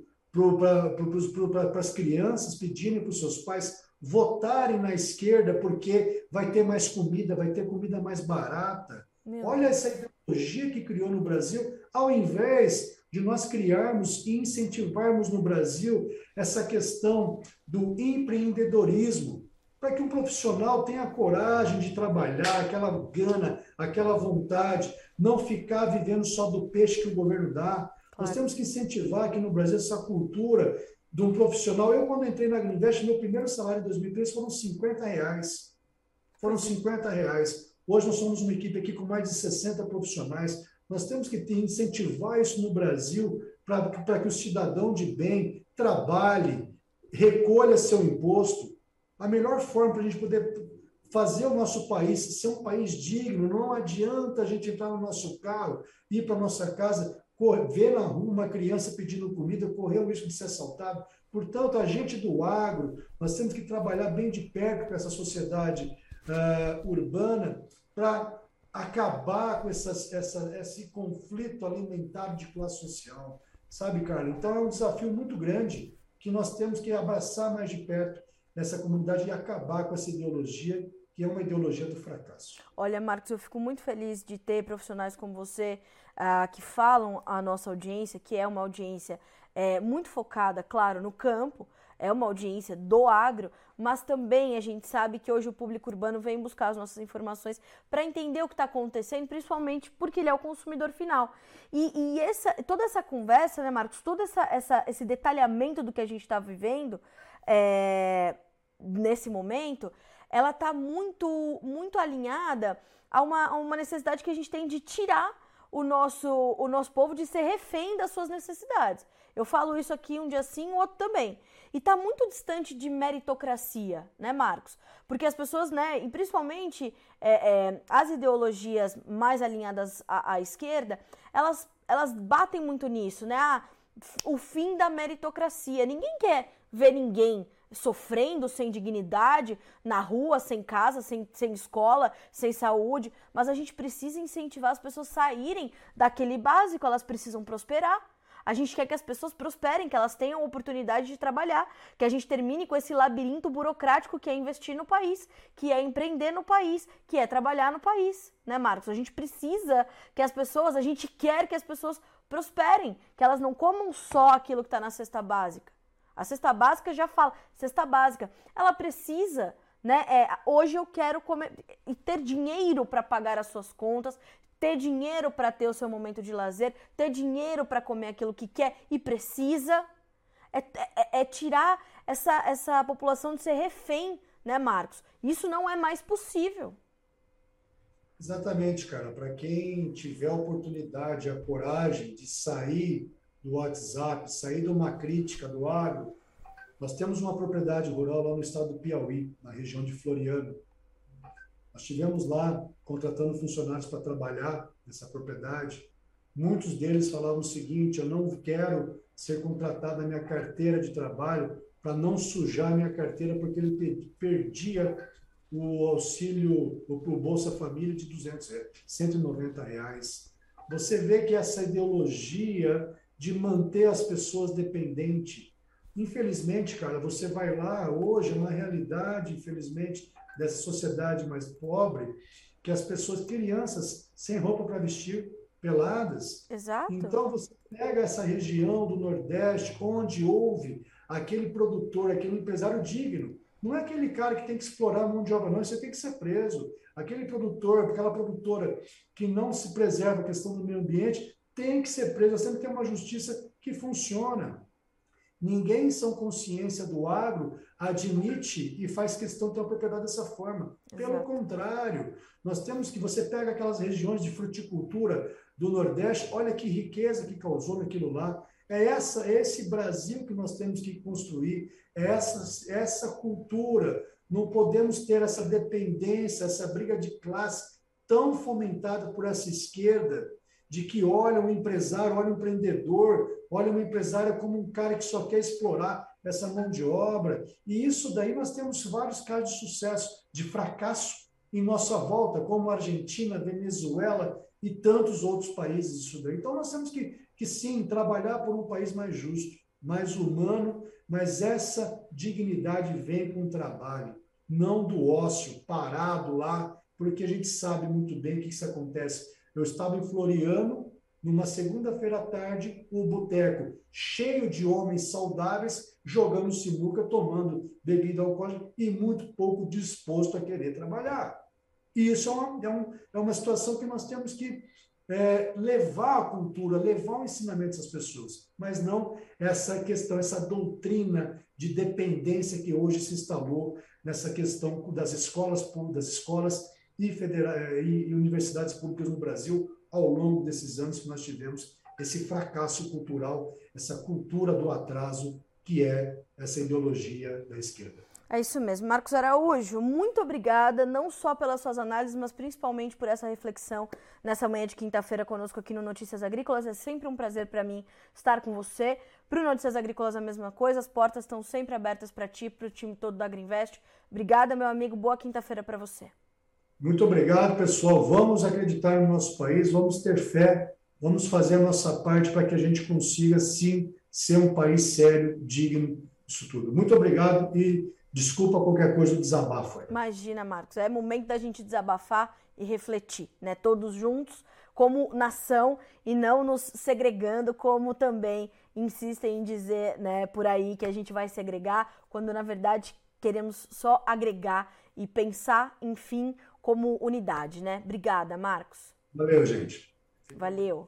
para as crianças, pedindo para os seus pais votarem na esquerda porque vai ter mais comida, vai ter comida mais barata. Meu Olha Deus. Essa ideologia que criou no Brasil, ao invés de nós criarmos e incentivarmos no Brasil essa questão do empreendedorismo, para que um profissional tenha coragem de trabalhar, aquela gana, aquela vontade, não ficar vivendo só do peixe que o governo dá. Claro. Nós temos que incentivar aqui no Brasil essa cultura de um profissional. Eu, quando entrei na Agrinvest, meu primeiro salário em dois mil e três foram cinquenta reais. Foram cinquenta reais. Hoje nós somos uma equipe aqui com mais de sessenta profissionais. Nós temos que incentivar isso no Brasil para que o cidadão de bem trabalhe, recolha seu imposto. A melhor forma para a gente poder fazer o nosso país ser um país digno, não adianta a gente entrar no nosso carro, ir para a nossa casa, correr, ver na rua uma criança pedindo comida, correr o risco de ser assaltado. Portanto, a gente do agro, nós temos que trabalhar bem de perto com essa sociedade uh, urbana para acabar com essas, essa, esse conflito alimentar de classe social. Sabe, Carla? Então, é um desafio muito grande que nós temos que abraçar mais de perto nessa comunidade e acabar com essa ideologia, que é uma ideologia do fracasso. Olha, Marcos, eu fico muito feliz de ter profissionais como você uh, que falam à nossa audiência, que é uma audiência é, muito focada, claro, no campo, é uma audiência do agro, mas também a gente sabe que hoje o público urbano vem buscar as nossas informações para entender o que está acontecendo, principalmente porque ele é o consumidor final. E, e essa, toda essa conversa, né, Marcos, todo essa, essa, esse detalhamento do que a gente está vivendo é, nesse momento, ela está muito, muito alinhada a uma, a uma necessidade que a gente tem de tirar o nosso, o nosso povo de ser refém das suas necessidades. Eu falo isso aqui um dia sim, o outro também. E está muito distante de meritocracia, né, Marcos? Porque as pessoas, né, e principalmente é, é, as ideologias mais alinhadas à, à esquerda, elas, elas batem muito nisso, né? Ah, o fim da meritocracia. Ninguém quer ver ninguém sofrendo sem dignidade, na rua, sem casa, sem, sem escola, sem saúde, mas a gente precisa incentivar as pessoas a saírem daquele básico, elas precisam prosperar. A gente quer que as pessoas prosperem, que elas tenham oportunidade de trabalhar, que a gente termine com esse labirinto burocrático que é investir no país, que é empreender no país, que é trabalhar no país, né, Marcos? A gente precisa que as pessoas, a gente quer que as pessoas prosperem, que elas não comam só aquilo que está na cesta básica. A cesta básica já fala, cesta básica, ela precisa, né, é, hoje eu quero comer, e ter dinheiro para pagar as suas contas, ter dinheiro para ter o seu momento de lazer, ter dinheiro para comer aquilo que quer e precisa, é, é, é tirar essa, essa população de ser refém, né, Marcos? Isso não é mais possível. Exatamente, cara. Para quem tiver a oportunidade, a coragem de sair do WhatsApp, sair de uma crítica do agro, nós temos uma propriedade rural lá no estado do Piauí, na região de Floriano. Nós estivemos lá contratando funcionários para trabalhar nessa propriedade. Muitos deles falavam o seguinte: eu não quero ser contratado na minha carteira de trabalho para não sujar a minha carteira, porque ele perdia o auxílio, o Bolsa Família de duzentos reais, cento e noventa reais. Você vê que essa ideologia de manter as pessoas dependentes, infelizmente, cara, você vai lá, hoje é uma realidade, infelizmente, dessa sociedade mais pobre, que as pessoas, crianças, sem roupa para vestir, peladas. Exato. Então, você pega essa região do Nordeste, onde houve aquele produtor, aquele empresário digno. Não é aquele cara que tem que explorar a mão de obra, não. Você tem que ser preso. Aquele produtor, aquela produtora que não se preserva a questão do meio ambiente, tem que ser preso. Você tem que ter uma justiça que funciona. Ninguém em sã consciência do agro admite e faz questão de ter uma propriedade dessa forma. Pelo Exato. contrário, nós temos que, você pega aquelas regiões de fruticultura do Nordeste, olha que riqueza que causou naquilo lá. É essa, é esse Brasil que nós temos que construir, é essa, essa cultura. Não podemos ter essa dependência, essa briga de classe tão fomentada por essa esquerda, de que olha o empresário, olha o empreendedor, olha o empresário como um cara que só quer explorar essa mão de obra. E isso daí nós temos vários casos de sucesso, de fracasso em nossa volta, como a Argentina, Venezuela e tantos outros países disso daí. Então nós temos que, que sim, trabalhar por um país mais justo, mais humano, mas essa dignidade vem com o trabalho, não do ócio, parado lá, porque a gente sabe muito bem o que isso acontece. Eu estava em Floriano, numa segunda-feira à tarde, o boteco cheio de homens saudáveis, jogando sinuca, tomando bebida alcoólica e muito pouco disposto a querer trabalhar. E isso é uma, é um, é uma situação que nós temos que é, levar a cultura, levar o ensinamento às pessoas, mas não essa questão, essa doutrina de dependência que hoje se instalou nessa questão das escolas, das escolas e, federa- e, e universidades públicas no Brasil, ao longo desses anos que nós tivemos esse fracasso cultural, essa cultura do atraso, que é essa ideologia da esquerda. É isso mesmo. Marcos Araújo, muito obrigada, não só pelas suas análises, mas principalmente por essa reflexão nessa manhã de quinta-feira conosco aqui no Notícias Agrícolas. É sempre um prazer para mim estar com você. Para o Notícias Agrícolas a mesma coisa, as portas estão sempre abertas para ti, para o time todo da Agriinvest. Obrigada, meu amigo, boa quinta-feira para você. Muito obrigado, pessoal. Vamos acreditar no nosso país, vamos ter fé, vamos fazer a nossa parte para que a gente consiga, sim, ser um país sério, digno disso tudo. Muito obrigado e desculpa qualquer coisa do desabafo. Imagina, Marcos, é momento da gente desabafar e refletir, né? Todos juntos, como nação, e não nos segregando, como também insistem em dizer, né, por aí que a gente vai segregar, quando na verdade queremos só agregar e pensar, enfim, como unidade, né? Obrigada, Marcos. Valeu, gente. Valeu.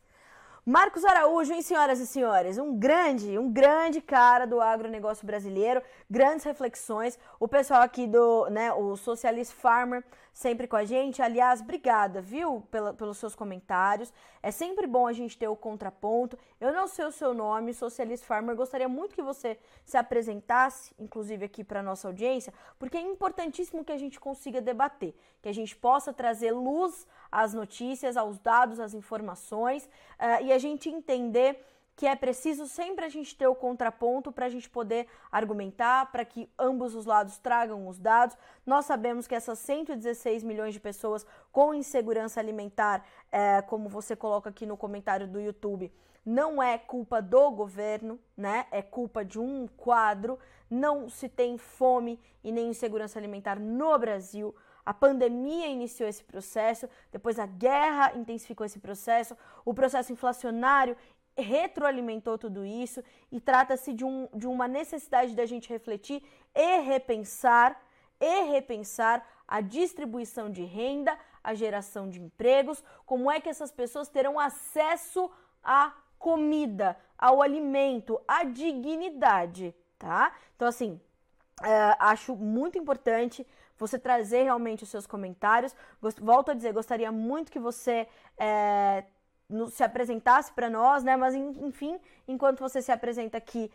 Marcos Araújo, hein, senhoras e senhores? Um grande, um grande cara do agronegócio brasileiro, grandes reflexões. O pessoal aqui do, né, o Socialist Farmer, sempre com a gente. Aliás, obrigada, viu, pela, pelos seus comentários. É sempre bom a gente ter o contraponto. Eu não sei o seu nome, Socialist Farmer, gostaria muito que você se apresentasse, inclusive aqui para a nossa audiência, porque é importantíssimo que a gente consiga debater, que a gente possa trazer luz às notícias, aos dados, às informações, uh, e a gente entender que é preciso sempre a gente ter o contraponto para a gente poder argumentar, para que ambos os lados tragam os dados. Nós sabemos que essas cento e dezesseis milhões de pessoas com insegurança alimentar, é, como você coloca aqui no comentário do YouTube, não é culpa do governo, né? É culpa de um quadro. Não se tem fome e nem insegurança alimentar no Brasil. A pandemia iniciou esse processo, depois a guerra intensificou esse processo, o processo inflacionário retroalimentou tudo isso e trata-se de, um, de uma necessidade da gente refletir e repensar, e repensar a distribuição de renda, a geração de empregos, como é que essas pessoas terão acesso à comida, ao alimento, à dignidade, tá? Então, assim, é, acho muito importante você trazer realmente os seus comentários. Gost- Volto a dizer, gostaria muito que você é, no- se apresentasse para nós, né? Mas, en- enfim, enquanto você se apresenta aqui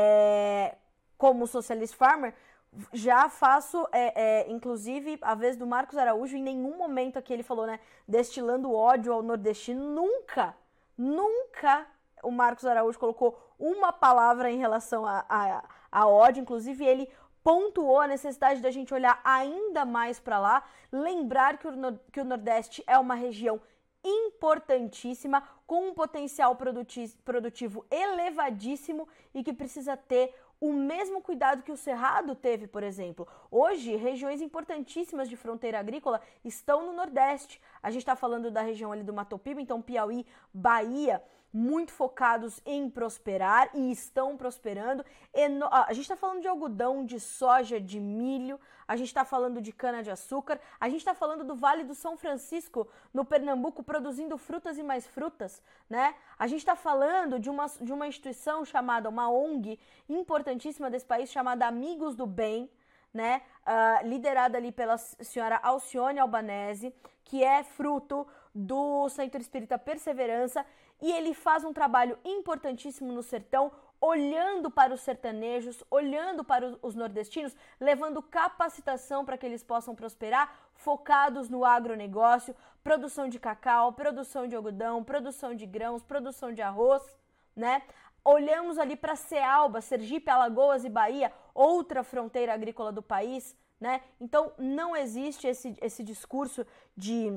é, como Socialist Farmer, já faço, é, é, inclusive, a vez do Marcos Araújo. Em nenhum momento aqui ele falou, né, destilando ódio ao nordestino. Nunca, nunca o Marcos Araújo colocou uma palavra em relação a, a, a ódio. Inclusive, ele pontuou a necessidade da gente olhar ainda mais para lá, lembrar que o, no- que o Nordeste é uma região importantíssima, com um potencial produti- produtivo elevadíssimo e que precisa ter o mesmo cuidado que o Cerrado teve, por exemplo. Hoje, regiões importantíssimas de fronteira agrícola estão no Nordeste. A gente está falando da região ali do Mato Piba, então Piauí, Bahia, muito focados em prosperar e estão prosperando. Eno... A gente está falando de algodão, de soja, de milho, a gente está falando de cana-de-açúcar, a gente está falando do Vale do São Francisco, no Pernambuco, produzindo frutas e mais frutas, né? A gente está falando de uma, de uma instituição chamada, uma O N G importantíssima desse país, chamada Amigos do Bem, né, uh, liderada ali pela senhora Alcione Albanese, que é fruto do Centro Espírita Perseverança, e ele faz um trabalho importantíssimo no sertão, olhando para os sertanejos, olhando para os nordestinos, levando capacitação para que eles possam prosperar, focados no agronegócio, produção de cacau, produção de algodão, produção de grãos, produção de arroz, né? Olhamos ali para Cealba, Sergipe, Alagoas e Bahia, outra fronteira agrícola do país, né? Então, não existe esse, esse discurso de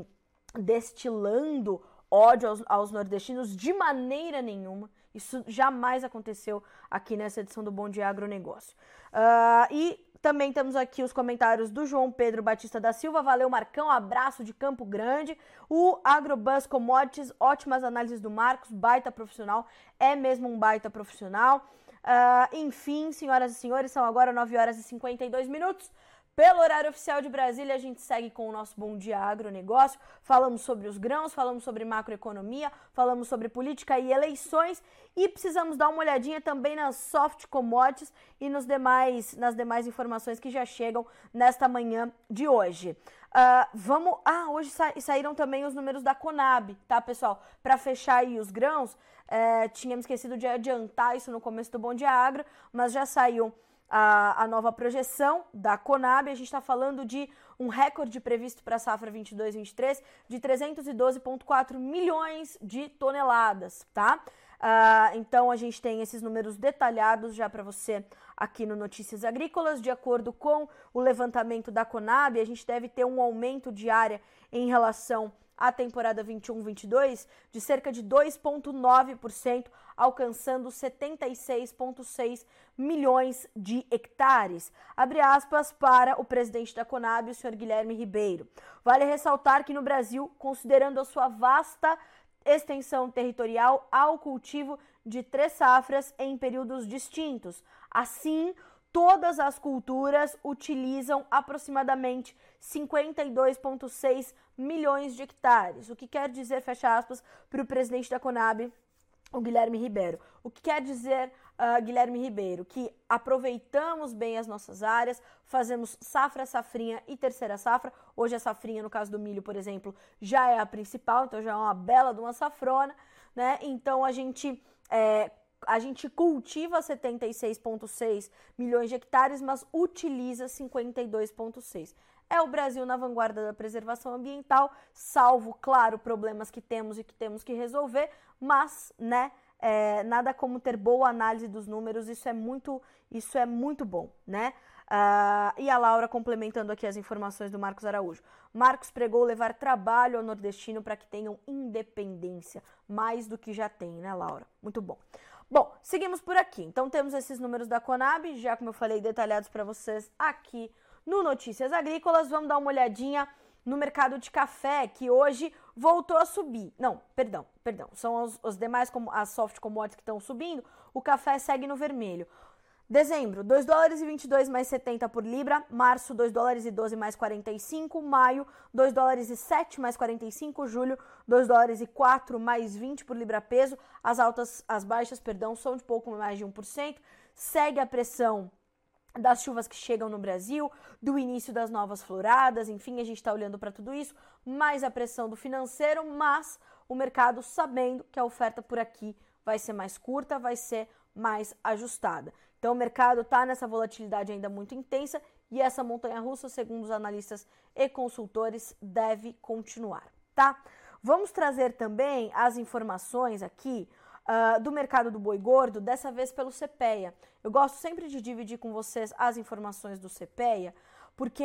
destilando ódio aos, aos nordestinos de maneira nenhuma. Isso jamais aconteceu aqui nessa edição do Bom Dia Agronegócio. Uh, e também temos aqui os comentários do João Pedro Batista da Silva. Valeu, Marcão, abraço de Campo Grande. O Agrobus Commodities, ótimas análises do Marcos, baita profissional, é mesmo um baita profissional. Uh, enfim, senhoras e senhores, são agora nove horas e cinquenta e dois minutos. Pelo horário oficial de Brasília, a gente segue com o nosso Bom Dia Agronegócio. Falamos sobre os grãos, falamos sobre macroeconomia, falamos sobre política e eleições e precisamos dar uma olhadinha também nas soft commodities e nos demais, nas demais informações que já chegam nesta manhã de hoje. Uh, vamos... Ah, hoje sa... saíram também os números da Conab, tá, pessoal? Para fechar aí os grãos, é, tínhamos esquecido de adiantar isso no começo do Bom Dia Agro, mas já saiu A, a nova projeção da Conab. A gente está falando de um recorde previsto para a safra vinte e dois vinte e três de trezentos e doze vírgula quatro milhões de toneladas, tá? Uh, então a gente tem esses números detalhados já para você aqui no Notícias Agrícolas. De acordo com o levantamento da Conab, a gente deve ter um aumento de área em relação a temporada vinte e um vinte e dois de cerca de dois vírgula nove por cento, alcançando setenta e seis vírgula seis milhões de hectares. Abre aspas para o presidente da Conab, o senhor Guilherme Ribeiro. Vale ressaltar que no Brasil, considerando a sua vasta extensão territorial, há o cultivo de três safras em períodos distintos. Assim, todas as culturas utilizam aproximadamente cinquenta e dois vírgula seis milhões de hectares, o que quer dizer, fecha aspas, para o presidente da Conab, o Guilherme Ribeiro. O que quer dizer, uh, Guilherme Ribeiro? Que aproveitamos bem as nossas áreas, fazemos safra, safrinha e terceira safra. Hoje a safrinha, no caso do milho, por exemplo, já é a principal, então já é uma bela de uma safrona, né? Então a gente... É, A gente cultiva setenta e seis vírgula seis milhões de hectares, mas utiliza cinquenta e dois vírgula seis. É o Brasil na vanguarda da preservação ambiental, salvo, claro, problemas que temos e que temos que resolver, mas, né, é, nada como ter boa análise dos números, isso é muito, isso é muito bom, né? Uh, e a Laura complementando aqui as informações do Marcos Araújo. Marcos pregou levar trabalho ao nordestino para que tenham independência, mais do que já tem, né, Laura? Muito bom. Bom, seguimos por aqui. Então temos esses números da Conab, já como eu falei, detalhados para vocês aqui no Notícias Agrícolas. Vamos dar uma olhadinha no mercado de café, que hoje voltou a subir. Não, perdão, perdão. São os, os demais, como as soft commodities que estão subindo. O café segue no vermelho. Dezembro, dois dólares e vinte e dois mais setenta por libra. Março, dois dólares e doze mais quarenta e cinco. Maio, dois dólares e sete mais quarenta e cinco. Julho, dois dólares e quatro mais vinte por libra peso. As altas, as baixas, perdão, são de pouco mais de um por cento. Segue a pressão das chuvas que chegam no Brasil, do início das novas floradas, enfim, a gente está olhando para tudo isso, mais a pressão do financeiro, mas o mercado sabendo que a oferta por aqui vai ser mais curta, vai ser mais ajustada. Então o mercado está nessa volatilidade ainda muito intensa e essa montanha-russa, segundo os analistas e consultores, deve continuar, tá? Vamos trazer também as informações aqui Uh, do mercado do boi gordo, dessa vez pelo CEPEA. Eu gosto sempre de dividir com vocês as informações do CEPEA, porque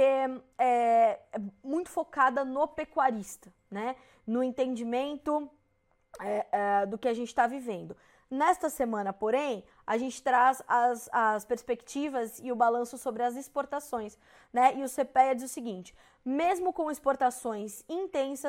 é, é muito focada no pecuarista, né? No entendimento é, é, do que a gente está vivendo. Nesta semana, porém, a gente traz as, as perspectivas e o balanço sobre as exportações, né? E o CEPEA diz o seguinte: mesmo com exportações intensas,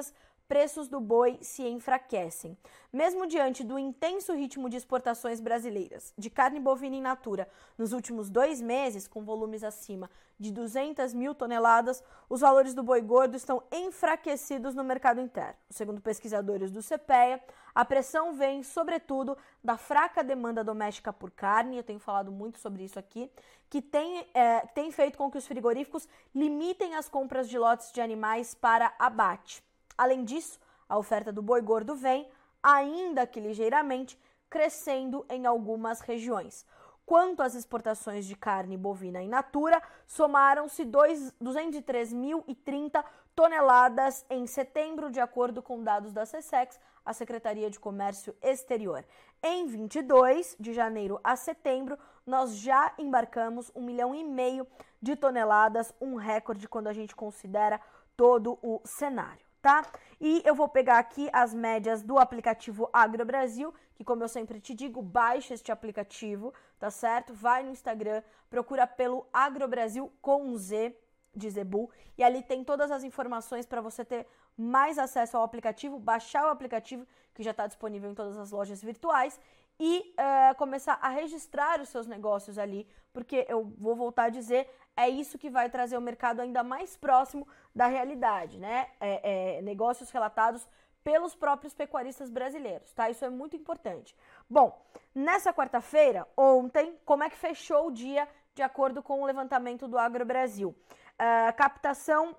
preços do boi se enfraquecem. Mesmo diante do intenso ritmo de exportações brasileiras de carne bovina in natura nos últimos dois meses, com volumes acima de duzentas mil toneladas, os valores do boi gordo estão enfraquecidos no mercado interno. Segundo pesquisadores do CEPEA, a pressão vem, sobretudo, da fraca demanda doméstica por carne, eu tenho falado muito sobre isso aqui, que tem, é, tem feito com que os frigoríficos limitem as compras de lotes de animais para abate. Além disso, a oferta do boi gordo vem, ainda que ligeiramente, crescendo em algumas regiões. Quanto às exportações de carne bovina in natura, somaram-se duzentos e três mil e trinta toneladas em setembro, de acordo com dados da SECEX, a Secretaria de Comércio Exterior. Em vinte e dois, de janeiro a setembro, nós já embarcamos um milhão e meio de toneladas, um recorde quando a gente considera todo o cenário. Tá? E eu vou pegar aqui as médias do aplicativo AgroBrasil, que, como eu sempre te digo, baixa este aplicativo, tá certo? Vai no Instagram, procura pelo AgroBrasil com Z de Zebu, e ali tem todas as informações para você ter mais acesso ao aplicativo, baixar o aplicativo, que já está disponível em todas as lojas virtuais, e uh, começar a registrar os seus negócios ali, porque eu vou voltar a dizer, é isso que vai trazer o mercado ainda mais próximo da realidade, né? É, é, negócios relatados pelos próprios pecuaristas brasileiros, tá? Isso é muito importante. Bom, nessa quarta-feira, ontem, como é que fechou o dia de acordo com o levantamento do AgroBrasil? Uh, captação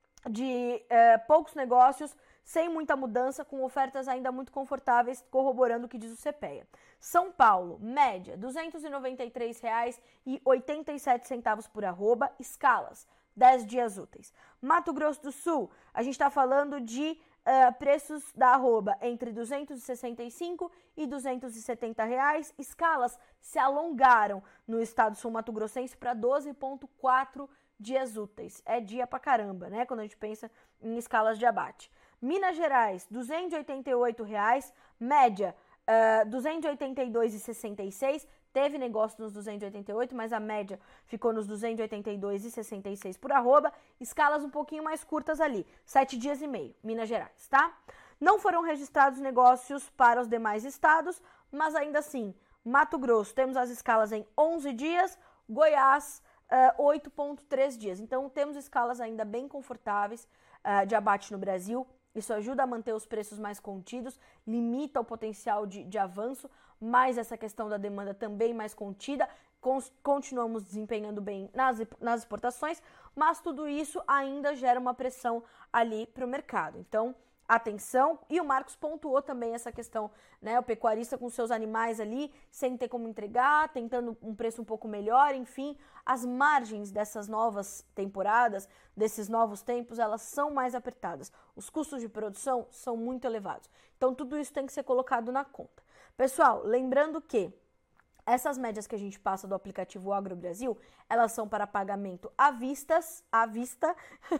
de uh, poucos negócios, sem muita mudança, com ofertas ainda muito confortáveis, corroborando o que diz o CEPEA. São Paulo, média, duzentos e noventa e três reais e oitenta e sete centavos por arroba, escalas, dez dias úteis. Mato Grosso do Sul, a gente está falando de uh, preços da arroba entre duzentos e sessenta e cinco e duzentos e setenta reais, escalas se alongaram no estado sul-mato-grossense para doze vírgula quatro dias úteis. É dia pra caramba, né, quando a gente pensa em escalas de abate. Minas Gerais, duzentos e oitenta e oito reais, média uh, duzentos e oitenta e dois reais e sessenta e seis centavos, teve negócio nos duzentos e oitenta e oito, mas a média ficou nos duzentos e oitenta e dois reais e sessenta e seis centavos por arroba, escalas um pouquinho mais curtas ali, sete dias e meio, Minas Gerais, tá? Não foram registrados negócios para os demais estados, mas ainda assim, Mato Grosso, temos as escalas em onze dias, Goiás, uh, oito vírgula três dias, então temos escalas ainda bem confortáveis uh, de abate no Brasil. Isso ajuda a manter os preços mais contidos, limita o potencial de, de avanço, mas essa questão da demanda também mais contida. Continuamos desempenhando bem nas, nas exportações, mas tudo isso ainda gera uma pressão ali para o mercado. Então, atenção, e o Marcos pontuou também essa questão, né? O pecuarista com seus animais ali, sem ter como entregar, tentando um preço um pouco melhor, enfim, as margens dessas novas temporadas, desses novos tempos, elas são mais apertadas. Os custos de produção são muito elevados. Então, tudo isso tem que ser colocado na conta. Pessoal, lembrando que essas médias que a gente passa do aplicativo AgroBrasil, elas são para pagamento à, vistas, à vista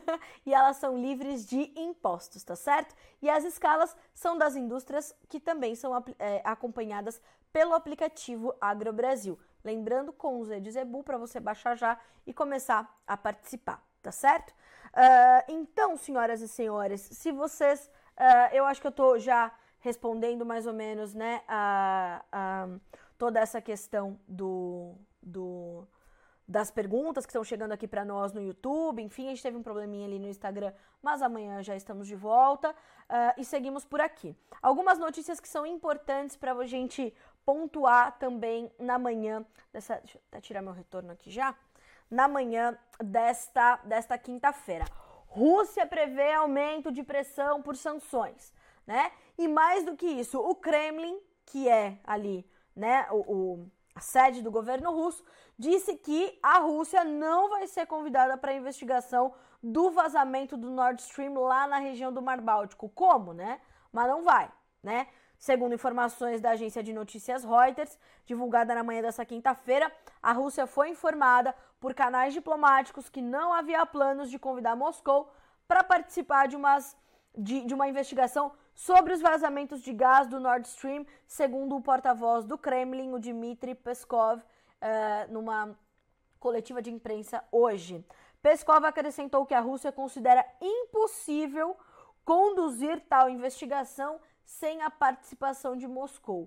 e elas são livres de impostos, tá certo? E as escalas são das indústrias que também são é, acompanhadas pelo aplicativo AgroBrasil. Lembrando com o Z de Zebu para você baixar já e começar a participar, tá certo? Uh, então, senhoras e senhores, se vocês... Uh, eu acho que eu tô já respondendo mais ou menos, né, a... a toda essa questão do, do, das perguntas que estão chegando aqui para nós no YouTube. Enfim, a gente teve um probleminha ali no Instagram, mas amanhã já estamos de volta uh, e seguimos por aqui. Algumas notícias que são importantes para a gente pontuar também na manhã dessa... Deixa eu até tirar meu retorno aqui já. Na manhã desta, desta quinta-feira. Rússia prevê aumento de pressão por sanções, né? E mais do que isso, o Kremlin, que é ali... Né, o, o, a sede do governo russo, disse que a Rússia não vai ser convidada para a investigação do vazamento do Nord Stream lá na região do Mar Báltico. Como, né? Mas não vai, né? Segundo informações da agência de notícias Reuters, divulgada na manhã dessa quinta-feira, a Rússia foi informada por canais diplomáticos que não havia planos de convidar Moscou para participar de, umas, de, de uma investigação sobre os vazamentos de gás do Nord Stream, segundo o porta-voz do Kremlin, o Dmitry Peskov, uh, numa coletiva de imprensa hoje. Peskov acrescentou que a Rússia considera impossível conduzir tal investigação sem a participação de Moscou.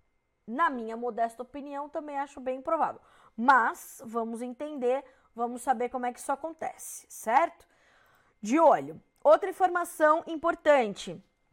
Na minha modesta opinião, também acho bem improvável. Mas vamos entender, vamos saber como é que isso acontece, certo? De olho. Outra informação importante.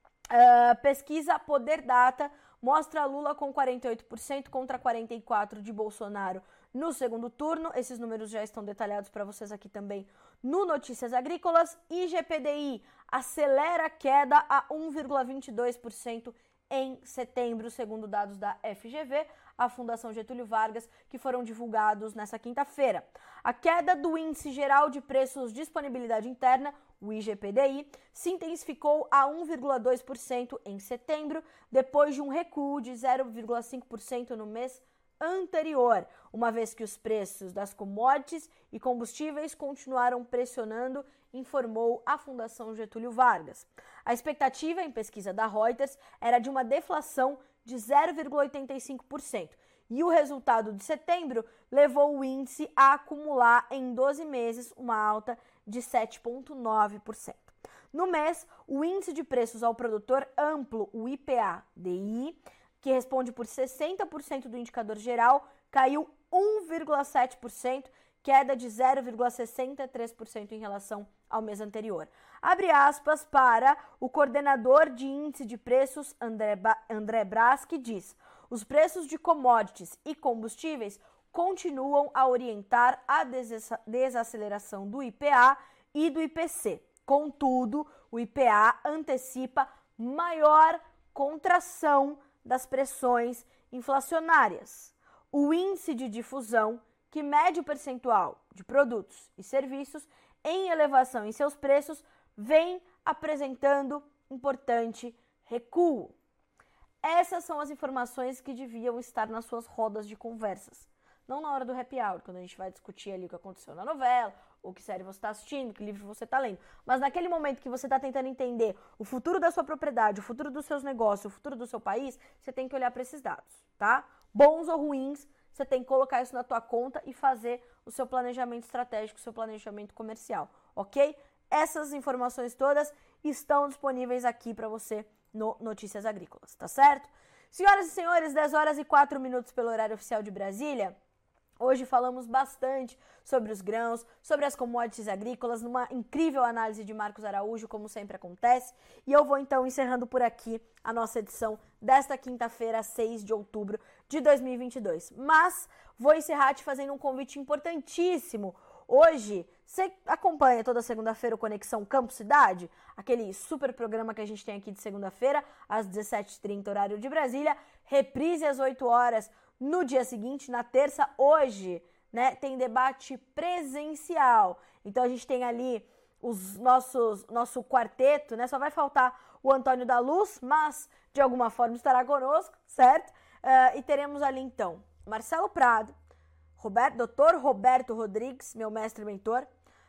Uh, pesquisa Poder Data mostra Lula com quarenta e oito por cento contra quarenta e quatro por cento de Bolsonaro no segundo turno. Esses números já estão detalhados para vocês aqui também no Notícias Agrícolas. I G P D I acelera a queda a um vírgula vinte e dois por cento em setembro, segundo dados da F G V, a Fundação Getúlio Vargas, que foram divulgados nessa quinta-feira. A queda do Índice Geral de Preços Disponibilidade Interna, o I G P D I, se intensificou a um vírgula dois por cento em setembro, depois de um recuo de zero vírgula cinco por cento no mês anterior, uma vez que os preços das commodities e combustíveis continuaram pressionando, informou a Fundação Getúlio Vargas. A expectativa em pesquisa da Reuters era de uma deflação de zero vírgula oitenta e cinco por cento, e o resultado de setembro levou o índice a acumular em doze meses uma alta de sete vírgula nove por cento. No mês, o índice de preços ao produtor amplo, o I P A D I, que responde por sessenta por cento do indicador geral, caiu um vírgula sete por cento, queda de zero vírgula sessenta e três por cento em relação ao mês anterior. Abre aspas para o coordenador de índice de preços, André, ba- André Brás, que diz: os preços de commodities e combustíveis continuam a orientar a des- desaceleração do I P A e do I P C. Contudo, o I P A antecipa maior contração das pressões inflacionárias. O índice de difusão, que mede o percentual de produtos e serviços em elevação em seus preços, vem apresentando importante recuo. Essas são as informações que deviam estar nas suas rodas de conversas. Não na hora do happy hour, quando a gente vai discutir ali o que aconteceu na novela, ou que série você está assistindo, que livro você está lendo. Mas naquele momento que você está tentando entender o futuro da sua propriedade, o futuro dos seus negócios, o futuro do seu país, você tem que olhar para esses dados, tá? Bons ou ruins, você tem que colocar isso na tua conta e fazer o seu planejamento estratégico, o seu planejamento comercial, ok? Essas informações todas estão disponíveis aqui para você no Notícias Agrícolas, tá certo? Senhoras e senhores, dez horas e quatro minutos pelo horário oficial de Brasília. Hoje falamos bastante sobre os grãos, sobre as commodities agrícolas, numa incrível análise de Marcos Araújo, como sempre acontece. E eu vou então encerrando por aqui a nossa edição desta quinta-feira, seis de outubro de dois mil e vinte e dois. Mas vou encerrar te fazendo um convite importantíssimo. Hoje, você acompanha toda segunda-feira o Conexão Campo Cidade, aquele super programa que a gente tem aqui de segunda-feira, às dezessete e trinta, horário de Brasília, reprise às oito horas no dia seguinte, na terça, hoje, né, tem debate presencial. Então a gente tem ali os nossos, nosso quarteto, né, só vai faltar o Antônio da Luz, mas de alguma forma estará conosco, certo? Uh, e teremos ali então Marcelo Prado, Roberto, doutor Roberto Rodrigues, meu mestre e mentor,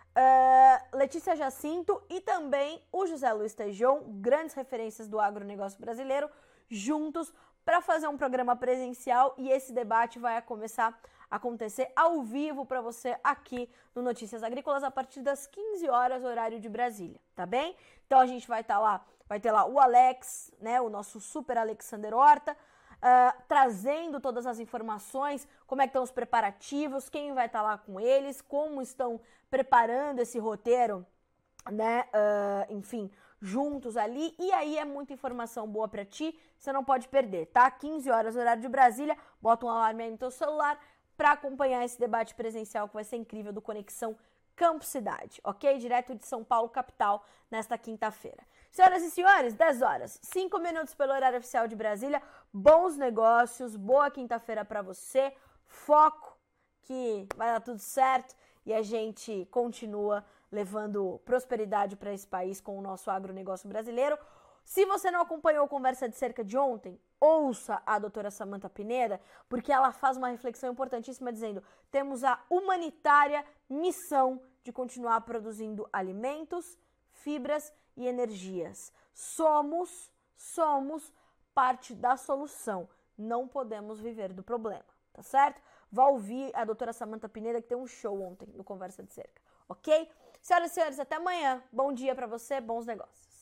uh, Letícia Jacinto e também o José Luiz Tejon, grandes referências do agronegócio brasileiro, juntos para fazer um programa presencial, e esse debate vai começar a acontecer ao vivo para você aqui no Notícias Agrícolas a partir das quinze horas, horário de Brasília, tá bem? Então a gente vai estar tá lá, vai ter lá o Alex, né, o nosso super Alexander Horta, uh, trazendo todas as informações, como é que estão os preparativos, quem vai estar tá lá com eles, como estão preparando esse roteiro, né, uh, enfim, juntos ali, e aí é muita informação boa pra ti, você não pode perder, tá? quinze horas, horário de Brasília, bota um alarme aí no teu celular pra acompanhar esse debate presencial que vai ser incrível do Conexão Campo Cidade, ok? Direto de São Paulo, capital, nesta quinta-feira. Senhoras e senhores, dez horas, cinco minutos pelo horário oficial de Brasília, bons negócios, boa quinta-feira pra você, foco, que vai dar tudo certo e a gente continua levando prosperidade para esse país com o nosso agronegócio brasileiro. Se você não acompanhou a Conversa de Cerca de ontem, ouça a doutora Samantha Pineda, porque ela faz uma reflexão importantíssima dizendo: temos a humanitária missão de continuar produzindo alimentos, fibras e energias. Somos, somos parte da solução. Não podemos viver do problema, tá certo? Vá ouvir a doutora Samantha Pineda, que tem um show ontem no Conversa de Cerca, ok? Senhoras e senhores, até amanhã. Bom dia para você, bons negócios.